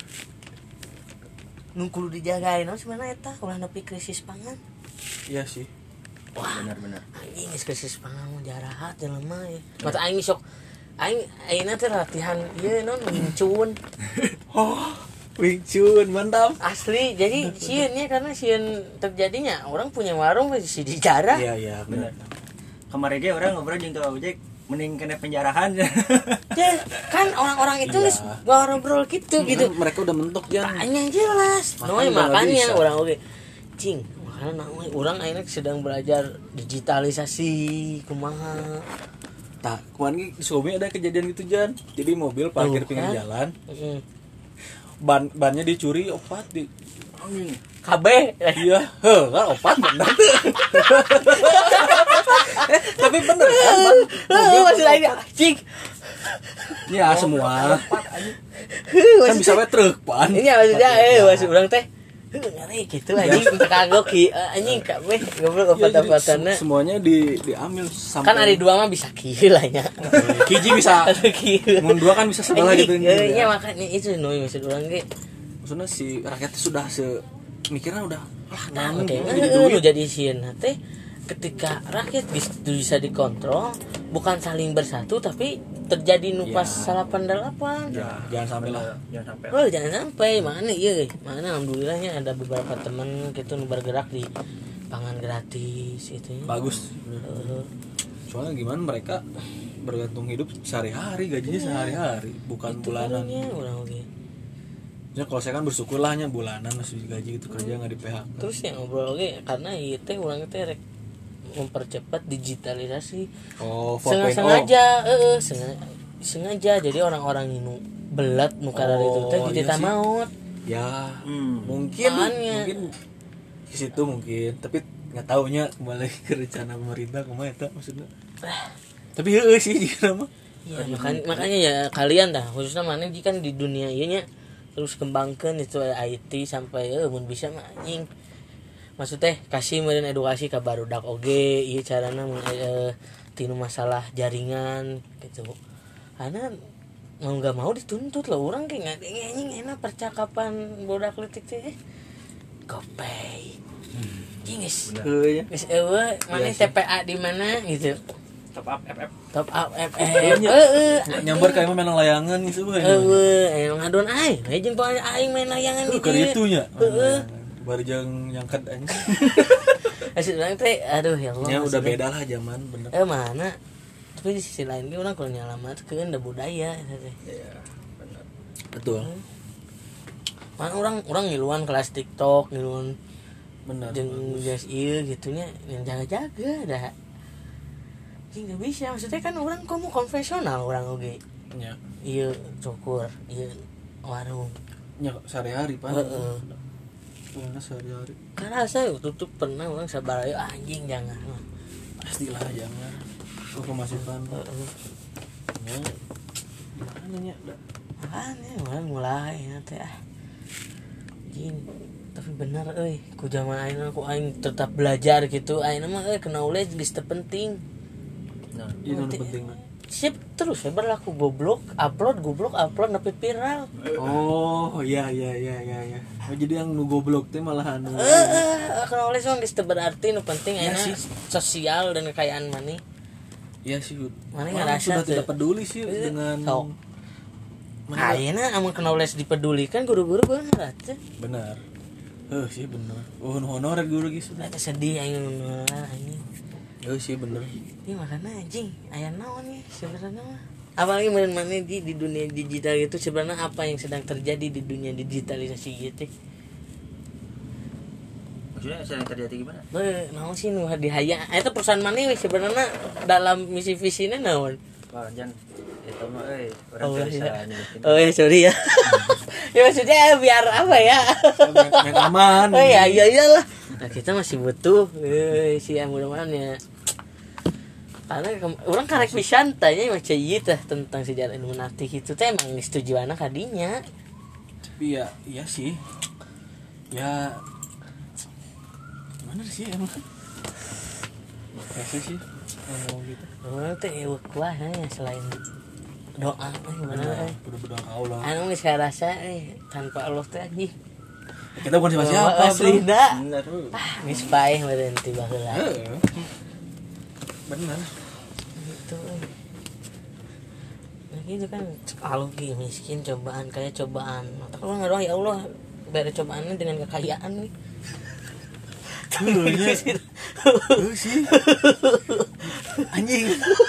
Nu kudu dijagain naon sebenarnya eta ulah nepi krisis pangan. Iya sih. Wah, Benar-benar. anjing geus krisis pangan mah jarahat jelema ya. Mata aing sok aing ayeuna teh latihan ieu naon Wing Chun. Oh, Wing Chun mantap. Asli, jadi sieunnya karena sieun terjadinya orang punya warung masih di jarah. Iya, iya, benar. Kemarin ge orang ngobrol jeung Tukang Ojek mending kena penjarahan. Ya, kan orang-orang itu Iya. geus ngobrol gitu gitu. Mereka udah mentok Jan. Tanya jelas. Makan Noy udah nggak makanya bisa. orang oke. Cing, makanya naon orang akhirnya sedang belajar digitalisasi kumaha. Tak, kemarin di Sukabumi ada kejadian gitu Jan. Jadi mobil parkir Tuh, pinggir kan? jalan, Heeh. ban bannya dicuri opat di Kabeh. iya, heh, kan opat bener tuh. eh, tapi bener kan ban Heeh, masih lagi cing. ya semua Heuh, kan bisa we truk ban. Ini maksudnya eh Ya. maksud orang teh heuh ngeri gitu anjing teu kagok ki anjing kabeh goblok Ya, jadi obat-obatanna. se- semuanya di diambil sampai Kan ada dua mah bisa kieu lah nya. Kiji bisa Ada kieu. mun dua kan bisa sebelah gitu Anjing, eh, nya makanya itu noy maksud orang ge. maksudnya si rakyat sudah se mikirnya udah ah Nah, namun makanya jadi nu duit. jadi sieun teh ketika rakyat bis- bisa dikontrol bukan saling bersatu tapi terjadi nu pas Ya. salapan delapan. Ya, jangan sampai lah. Jangan sampai. Oh jangan sampai mana iya mana alhamdulillahnya ada beberapa teman gitu nu bergerak di pangan gratis gitu ya. Bagus. Eh, Soalnya gimana mereka bergantung hidup sehari-hari, gajinya sehari-hari, bukan itu bulanan. barunya orang oke. Ya kalau saya kan bersyukur lah nya bulanan masih gaji gitu kerja nggak di P H K. Terus yang ngobrol oke karena ieu teh urang teh rek mempercepat digitalisasi. Oh, Sengaja, sengaja heeh, sengaja, sengaja jadi orang-orang ini belat nu kadar itu teh Oh, di iya sih. maut. Ya, Hmm. mungkin Makanya. mungkin ke situ mungkin, tapi nggak taunya kembali ke rencana pemerintah kemana itu maksudnya. Tapi heeh sih jika mah. Ya, makanya, makanya ya kalian dah khususnya mana jika di dunia ieu nya terus kembangkan itu I T sampai eh mun bisa mah anjing. Maksudnya kasih meureun edukasi ka barudak oge ieu carana mun eh, tinu masalah jaringan gitu. Karena mau nggak mau dituntut lah orang kayak nggak anjing enak percakapan bodak letik teh. Gopay. Anjing geus. Heeh ya. Geus eueuh mana Iya sih. T P A di mana gitu. Top up F F. Top up F F. Iya. Heeh. Nyambar kayak main layangan gitu we. Eueuh, aya ngadon aing. Aya jeung pang aing main layangan Tuh di keur itu nya. Heeh. Baru jeung nyangkat anjing. Asli urang teh aduh ya Allah. Ya udah maksudnya. beda lah zaman bener. Eh mana? Tapi di sisi lain ge urang kalau nyalamatkeun da budaya eta teh. Iya, benar. Betul. Mana urang urang ngiluan kelas TikTok, ngiluan Benar. jeung geus ieu gitunya yang jaga-jaga dah. Ini nggak bisa, maksudnya kan orang kamu konvensional orang oge. Ya. Iya cukur, iya warung. Nya sehari-hari pan. Heeh. Pokoknya sehari-hari. Karena saya tutup pernah orang sabar ayo anjing jangan. Pastilah jangan. Lu pemasukan. Heeh. Ya. Gimana nya? Da. Makanya orang mulai nanti ah. Anjing Tapi bener euy, ku zaman ayeuna aku aing tetap belajar gitu. Ayeuna mah euy knowledge geus teu penting. Nah, Itu yang penting. Sip terus ya berlaku goblok, upload goblok, upload nepi viral. Oh, iya iya iya iya iya. Oh, jadi yang nu goblok teh malah anu. Eh, knowledge mah geus teu berarti, nu penting Iya ayeuna sih. sosial dan kekayaan maneh. Iya sih. Mana Orang ngerasa sudah tuh. tidak peduli sih Eh, dengan sok. Mana- Ayeuna amun knowledge dipedulikan guru-guru beungar atuh. benar. Eh sih benar. Oh, honorer guru gitu. Eta sedih aing beungar anjing. Eh sih benar. Ini makanya anjing, aya naon nih sebenarnya mah. Apalagi main mana di di dunia digital itu sebenarnya apa yang sedang terjadi di dunia digitalisasi gitu. maksudnya sedang terjadi gimana? Beuh, naon sih nu dihaya? Eta perusahaan mana we sebenarnya dalam misi visinya naon? Wah, jangan itu mah euy, orang Oh, teu bisa iya. nyebutin. Oh ya sorry ya. Ya maksudnya biar apa ya? Yang aman. Oh ya iya iyalah. Nah, kita masih butuh eh si mudah-mudahan ya. Karena ke- orang karek pisan tanya macam ieu teh tentang sejarah Illuminati itu teh emang disetujuana kadinya. Tapi ya iya sih. Ya gimana sih emang? Kasih sih ngomong gitu. Orang teh eueuh wah ya selain doa eh gimana eh. Udah berdoa ke Allah. Anu geus rasa eh tanpa Allah teh anjing. Kita bukan siapa-siapa. Aslina. Bener. Ah, geus paeh meureun ti baheula. Heeh. Benar. Gitu. eh. Nah gitu kan kalau gini miskin cobaan kayak cobaan. Mata kalau ngadoa ya Allah beri cobaannya dengan kekayaan nih. Tuh sih. Anjing.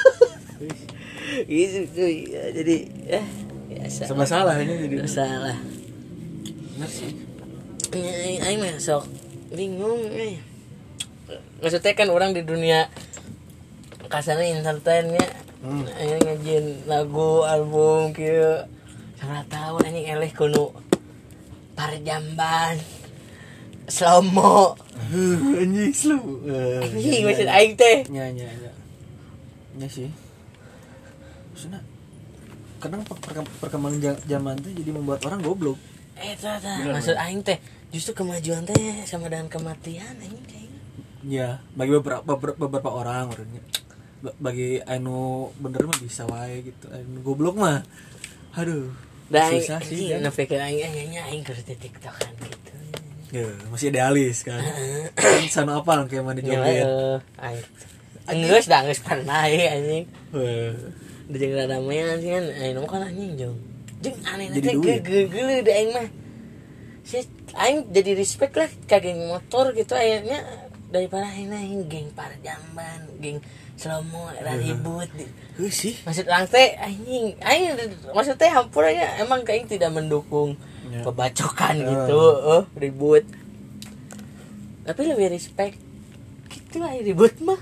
Gitu cuy. Ya, jadi ya biasa. Serba salah ini jadi. Salah. Benar sih. Aing aing mah sok bingung eh. Maksudnya kan orang di dunia kasarnya entertainnya Hmm. aing ngajin lagu album kieu sabaraha tahun anjing eleh kuno Parjamban Slomo Uh, anjing slow. Uh, anjing maksud aing teh nya nya nya. Nya sih. Maksudnya kadang per- per- perkembangan ja- zaman tuh jadi membuat orang goblok. eh tah tah Bener, maksud bener. aing teh justru kemajuan teh sama dengan kematian anjing kayaknya Ya, bagi beberapa beberapa, beberapa orang orangnya. Ba- Bagi anu bener mah bisa wae gitu. Anu goblok mah. Aduh. da aing susah sih. anjing Jan. nu pikir aing anya aing keur di TikTok kan gitu Ya, masih idealis kan. Kan sana apa kayak mana ya joget. eh aing geus da geus pernah eh, anjing Wah. di jeung radamean sih kan aing mah kan anjing jeung jeung aneh Jadi teh duit. geuleuh da aing mah si aing jadi respect lah ka geng motor gitu akhirnya daripada aing aing geng Parjamban geng Slomo era ribut Heuh sih. maksud orang teh anjing aing maksud teh hampurnya emang aing tidak mendukung Ya. pebacokan Ya. gitu oh ribut tapi lebih respect gitu aing ribut mah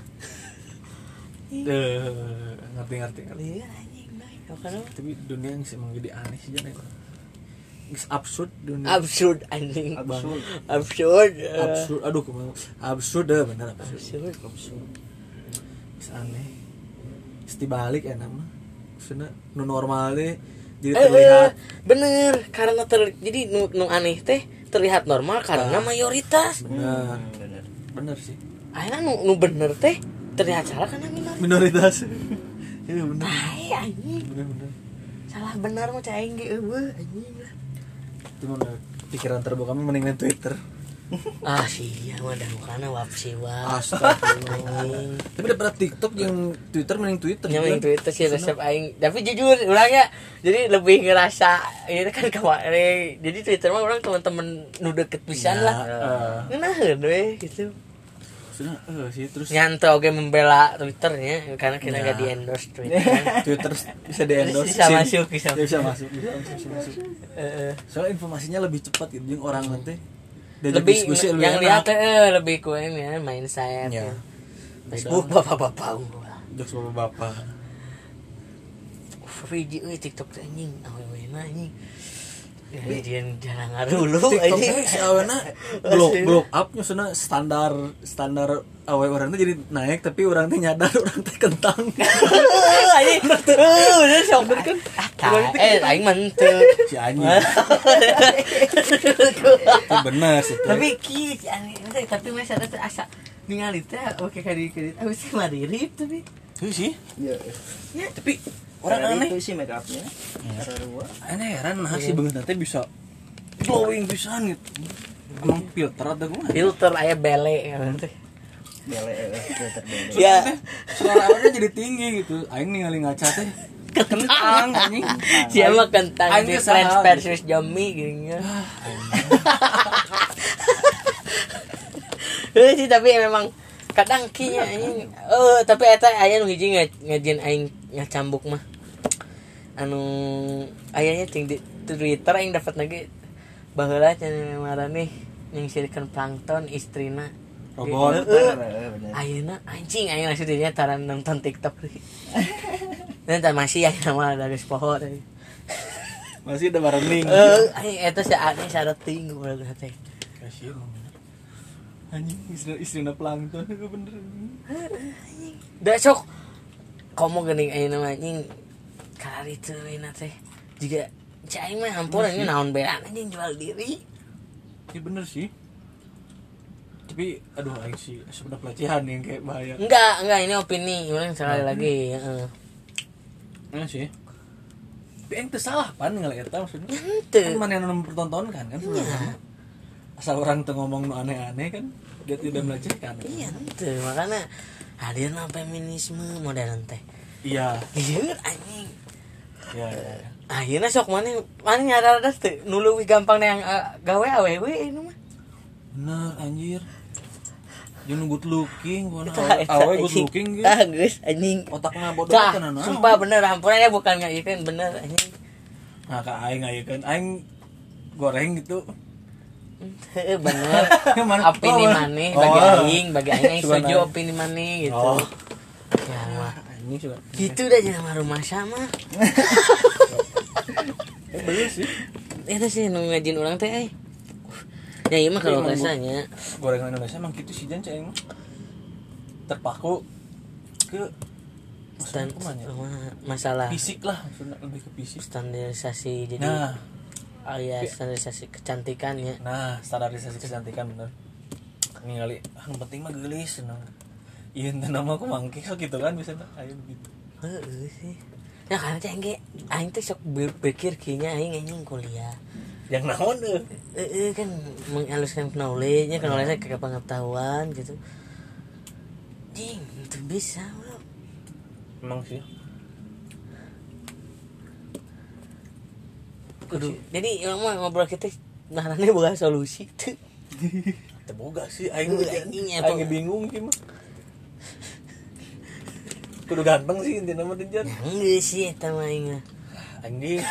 Eh, ngerti ngerti ngerti. iya anjing baik karena Tapi dunia yang emang jadi aneh sih Jan. Is absurd dunia. absurd anjing Absurd. absurd eh. Absurd. Aduh, kemana? Absurd dah bener absurd. absurd Absurd. Is aneh. Is dibalik ya nama. Maksudnya nu normal deh jadi eh, terlihat. eh, bener karena ter jadi nu, nu aneh teh terlihat normal karena Ah. mayoritas Benar. Hmm, bener. Bener sih. akhirnya nu, nu bener teh terlihat salah karena minoritas Minoritas. Iya bener. ay anjing Bener bener. salah benar mah cai ge eueuh anjing lah Cuma pikiran terbuka mah mending main Twitter. ah sia mah dah bukanna wapsi wa Astagfirullah. anjing Tapi daripada TikTok yang Twitter mending Twitter. nya main Jan. Twitter sih resep aing tapi jujur urangnya jadi lebih ngerasa ini kan kemarin jadi Twitter mah orang teman-teman nu deket pisan Ya, lah eh, ngeunaheun we gitu sudah eh sih terus nyanto oke membela Twitternya karena kita Ya. nggak di endorse Twitter kan. Twitter bisa di endorse. Bisa masuk, bisa bisa masuk, bisa masuk, bisa masuk. Eh, eh. Soalnya informasinya lebih cepat gitu, yang orang nanti diajak lebih diskusi lebih yang enak. lihat eh, lebih ku ini ya mindset Ya. ya. Facebook bapak-bapak gua Jokes bapak-bapak. Fiji euy TikTok teh anjing awewe na anjing Jangan jarang dulu TikTok aja. si awena blow blow up nya sana standar standar awe orang teh jadi naik tapi orang teh nyadar orang teh kentang. Aja. Uh, udah sok kan. Eh, aing mah henteu. Si anjing. Bener sih. Tapi ki si anjing teh tapi mah sadar asa ningali teh oke kali kali aku sih maririp tapi. Tuh sih. Ya. Tapi orang aneh. Itu sih make up-nya. Sarua. Aneh heran nah si beungeut teh bisa glowing pisan gitu. Emang filter ada gua. Filter aya bele teh. Bele filter bele. Ya. Suara awalnya jadi tinggi gitu. Aing ningali ngaca teh kentang anjing. Siapa kentang Aing di teh saha, Plants versus Zombie gini ya. Eh sih tapi memang kadang kinya anjing. Eh tapi eta aya nu hiji ngajin aing ngacambuk mah. Anu ayahnya ting di Twitter aing dapat lagi baheula cenah marane nyingsireun plankton istrina. Robot. Ayeuna anjing aing langsung dinya taran nonton TikTok. Nanti masih ya nama dari poho tadi. Masih ada barenning. Eh aing eta si ane sareting urang teh. Kasihan bener. Anjing istri istrina plankton itu bener. Da sok komo geuning ayeuna mah anjing kalari teu euna teh. Jiga cai mah hampura ini naon bean anjing jual diri. Iya bener sih. Tapi aduh aing sih sudah pelecehan yang kayak bahaya. Enggak, enggak ini opini, ulang sekali lagi, heeh. Iya sih. Tapi aing teu salah pan ngalih eta maksudnya. Henteu. Kan mana yang mempertontonkan kan sebenarnya. Asal orang tuh ngomong nu aneh-aneh kan dia tidak melecehkan. Iya, henteu. Makanya hadirna feminisme modern teh. Iya. Lieur anjing. Iya, iya. iya. Ayeuna sok maneh maneh nyadar teh nu leuwih gampang yang uh, gawe awewe ini mah. Bener anjir. Jangan good looking, bukan Tah, eta, awe good anjing. looking gitu. Tah geus anjing. Otakna bodoh Tah, tenan. sumpah bener hampurannya bukan ngajeun bener anjing. Nah, ka aing ayekeun aing goreng gitu. Heeh bener. Mana? Opini Oh, maneh oh. bagi aing, bagi aing yang Cuman setuju aing. opini maneh gitu. Oh. Ya mah. Anjing juga. Gitu dah jangan rumah sama. Eh bener sih. Eta sih nu ngajin urang teh ai. Ya iya mah kalau Emang biasanya Gorengan Indonesia emang gitu sih jan aing mah. Terpaku ke stand maksudnya ma- masalah fisik lah, maksudnya lebih ke fisik. standarisasi jadi Nah, alias standarisasi kecantikannya. nah standarisasi kecantikan bener. Ningali ah yang penting mah geulis cenah. Ieu teh nama aku mangke sok gitu kan bisa aya begitu. Heeh sih. Ya karena ceng ge aing teh sok berpikir kinya aing anjing kuliah. Yang naon euy? Eh kan menghaluskan knowledge-nya, knowledge-nya ke pengetahuan gitu. Jing, itu bisa, bro. Emang sih. Kudu. Jadi emang ngobrol kita narane boga solusi tuh. Teu boga sih aing Uh, aing anjing, apa? bingung sih mah. Kudu ganteng sih intina mah teh jan. Enggak sih eta mah aing mah. Anjing.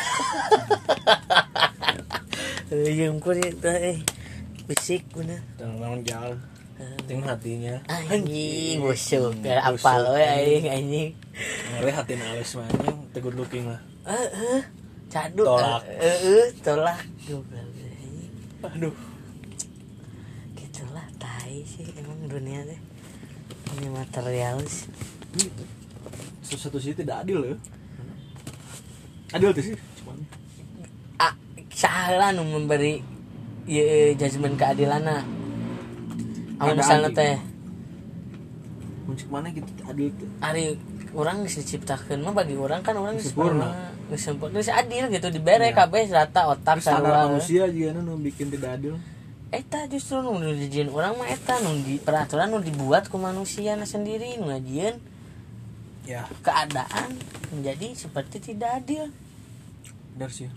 Eh yang ku eh fisik bener. Jangan jauh. Ting hatinya. Anjing, busuk. Apa lo aing anjing. Ngare hatina alus mah anjing teu good looking lah. Heeh. Caduk. Tolak. Heeh, tolak. Goblok anjing. Aduh. Gitulah tai sih emang dunia teh. Ini materialis. Satu sisi tidak adil ya. Adil tuh sih cuman. Ah, salah nu memberi ye judgement keadilanna. Amun Ada misalnya anjing. teh Muncik mana gitu adil tuh. ari urang geus diciptakeun mah bagi urang kan urang geus Sempurna. geus sempurna geus adil gitu dibere Ya. kabeh rata otak Standar sarua. manusia juga nu bikin tidak adil. Eta justru nu dijieun urang mah eta nu di peraturan nu dibuat ku manusia sendiri nu ngajieun Ya, keadaan menjadi seperti tidak adil. benar sih.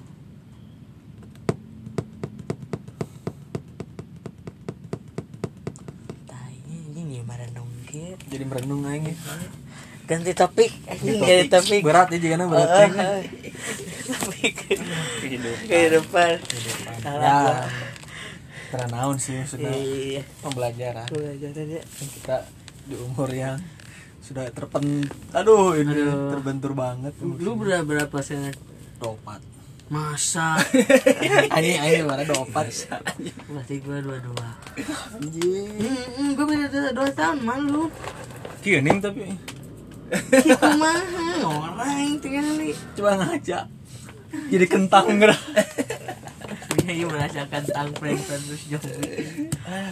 Tainya anjing ya merenung kieu. Jadi merenung aing ya. Ganti topik, anjing Topik. ganti topik. Berat ya jigana berat Oh, ceng. oh. Topik Kehidupan. kehidupan. Ya. Salah. Karena naon sih maksudnya Iya. pembelajaran. Pelajaran ya. Kita di umur yang sudah terpen aduh ini Aduh. terbentur banget. Lu berapa berapa sih? Dopat. Masa Anjing anjing mana dua puluh empat. berarti gue dua-dua. Anjing. Hmm, gue beda dua tahun malu. Kieu ning tapi Kita mah orang tinggal nih. coba ngajak. Jadi kentang gerak. Iya merasakan tangpreng terus jomblo.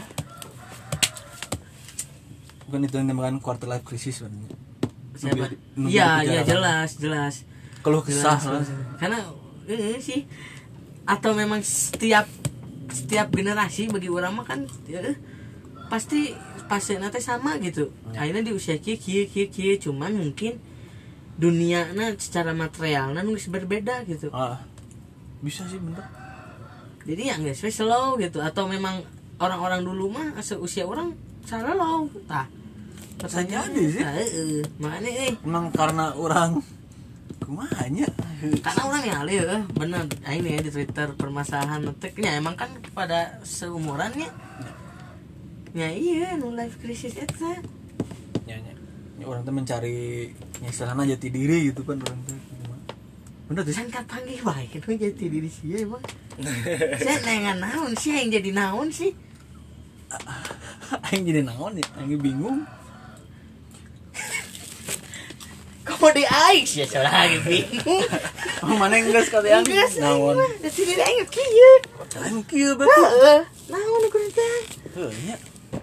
Bukan itu yang dinamakan quarter life crisis kan. Siapa? Nunggu Iya, di iya perjalanan. jelas, jelas. Keluh kesah Jelas, lah. jelas. Karena ini sih atau memang setiap setiap generasi bagi orang mah kan ya, pasti pasti nanti sama gitu. Ya. Akhirnya di usia kieu kieu kieu kieu cuman mungkin duniana secara materialna nu geus berbeda gitu. Ah, bisa sih bener. Jadi yang geus we slow gitu atau memang orang-orang dulu mah seusia orang slow tah. Bisa jadi sih. Nah, heeh. Makanya eh Emang karena orang kumanya. karena orang ya ali eh bener nah, ini ya di Twitter permasalahan ngeteknya emang kan pada seumurannya ya iya nu life crisis eta Ya, ya. Ya, orang tuh mencari istilahnya jati diri gitu kan orang tuh. Bener tuh sih. kan kapanggih bae nu jati diri sih emang saya nengan naon sih yang jadi naon sih Aing jadi naon ya, aing bingung. kamu di ice ya salah lagi bingung Oh, mana yang geus kata yang geus naon? jati diri aing kieu Aing kieu berarti. heeh naon ukur teh Heuh nya.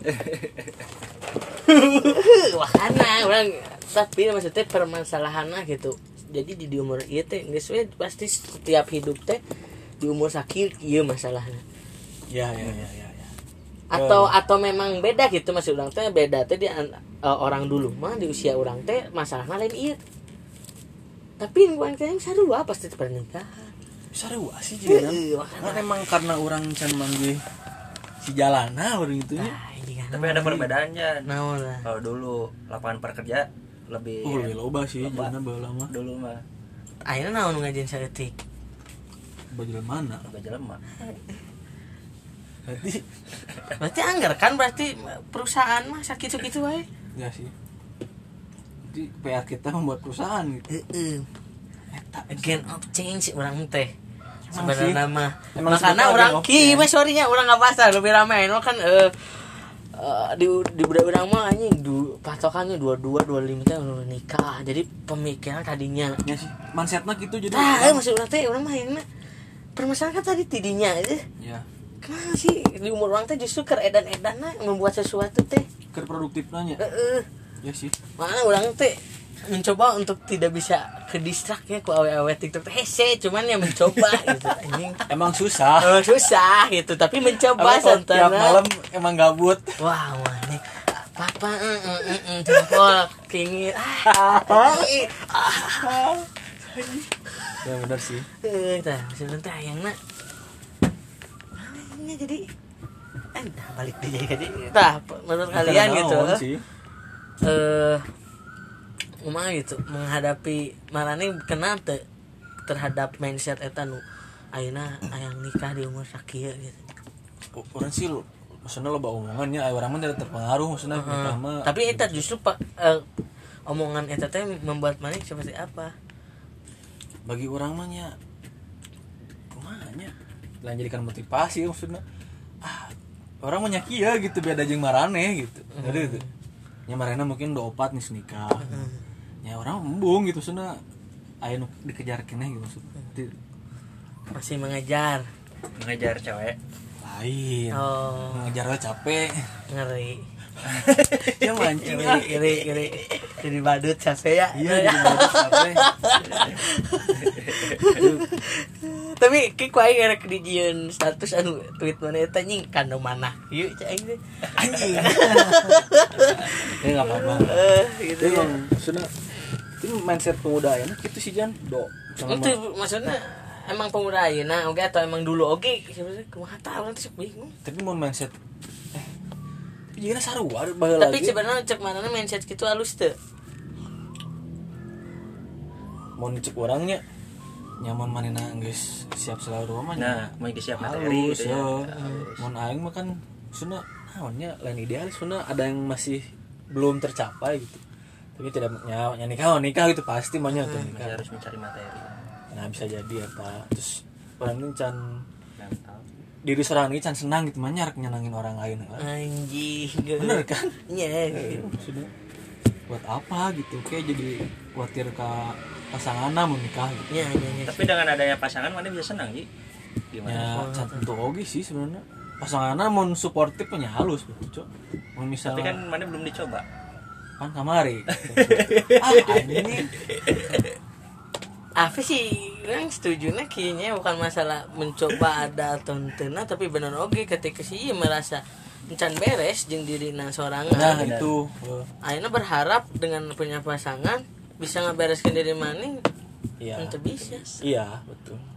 wahana orang tapi maksudnya permasalahannya gitu jadi di, di umur ieu teh geus we pasti setiap hidup teh di umur sakieu ieu masalahnya Ya ya ya ya ya. atau atau memang beda gitu masih orang teh beda teh di uh, orang dulu mah di usia orang teh masalahnya lain ieu tapi yang teh yang sarua pasti pernikahan Sarua sih jadi Heeh, kan. makanya. Kan emang karena orang can manggih si jalana orang itu nya. nah ini kan Tapi ada perbedaannya. naon lah Kalau dulu lapangan pekerja lebih Oh, lebih loba sih Loba. jalana baheula mah. dulu mah akhirnya naon ngajin saeutik Bajul mana? lebih jelema. Berarti berarti anggar kan berarti perusahaan mah sakit-sakit wae enggak sih. Jadi P R kita membuat perusahaan gitu. heeh Eta again of change orang teh Emang sebenarnya sih. mah Emang makanya sebetulnya orang again of ki change. mah sorrynya orang nggak pasar lebih ramai no kan eh eh, di di budak orang mah anjing du, patokannya dua dua dua lima teh udah nikah jadi pemikiran tadinya ya sih. Mindsetnya gitu jadi. ah eh, maksud orang teh orang mah yang permasalahan kan tadi tidinya eh Ya. kenapa sih di umur orang teh justru ker edan-edan membuat sesuatu teh Ker produktif nanya. heeh Ya sih. mana orang teh mencoba untuk tidak bisa ke distrak ya ku awe-awe TikTok teh hese cuman ya mencoba gitu anjing Emang susah. oh, susah gitu tapi mencoba Apa kalau tiap santana malam emang gabut. wah mana papa eh eh eh eh jempol kengir ah ih, ah Ya benar sih. eh tah sebentar yang nak ini jadi eh dah balik deh jadi tah menurut kalian gitu Naon eh sih. eh kumaha gitu menghadapi marane kena teu terhadap mindset eta nu ayeuna hayang nikah di umur sakieu gitu. O- Orang sih lo- maksudnya lo bawa omongannya aya orang mah tidak terpengaruh maksudnya Heeh. pertama. Tapi eta justru pak eh, omongan eta teh membuat maneh seperti apa? Bagi orang mah nya kumaha nya lain jadikan motivasi maksudnya. Ah, orang mah nya kieu gitu beda jeung marane gitu. Jadi gitu. Nya marana mungkin dua puluh empat nih nikah. Ya orang embung gitu maksudnya aya nu dikejar keneh gitu maksudnya. Di- Masih mengejar. Mengejar cewek. Lain. Oh, Ngejar we capek. ngeri. Ya mancing Iri, ah. iri, iri. Jadi badut capek ya. Iya jadi bagus capek. Tapi kayak ku aing erek dijieun status anu tweet mana eta nying kanu mana. Ieu cai teh. Anjing. Ya enggak apa-apa. Eh, gitu Itu ya. emang maksudnya itu mindset pemuda ya gitu sih Jan. Do. Sama Itu maksudnya emang pemuda ayeuna oke atau emang dulu oke sebenarnya kumaha tah urang teh sok bingung. tapi mau mindset eh jadi sarua bae Tapi lagi. sebenarnya cek mana mindset gitu halus teu. Mau cek orangnya nyaman manina geus siap selalu mah Nah, mau siap materi halus gitu ya. ya. Mun aing mah kan sebenarnya naonnya lain idealis sebenarnya ada yang masih belum tercapai gitu. Tapi tidak nya, nya nikah oh nikah gitu pasti maunya tuh Masih nikah. harus mencari materi. nah bisa jadi eta terus orang ini can diri seorang ini can senang gitu mah nyarak nyenangin orang lain kan. Anjing Bener kan? iya Eh, maksudnya buat apa gitu kayak jadi khawatir ke pasanganna mau nikah gitu. iya iya iya. Tapi dengan adanya pasangan mana bisa senang sih gimana Ya can tentu oge sih sebenarnya pasanganna mau suportif punya halus gitu cok mau tapi misalnya kan mana belum dicoba kan kamari ah anjing apa sih yang setuju nah kayaknya bukan masalah mencoba ada atau teu tapi bener oge ketika sih merasa encan beres jeung dirina sorangan nah itu uh, ayeuna berharap dengan punya pasangan bisa ngebereskeun diri maning iya ente bisa iya betul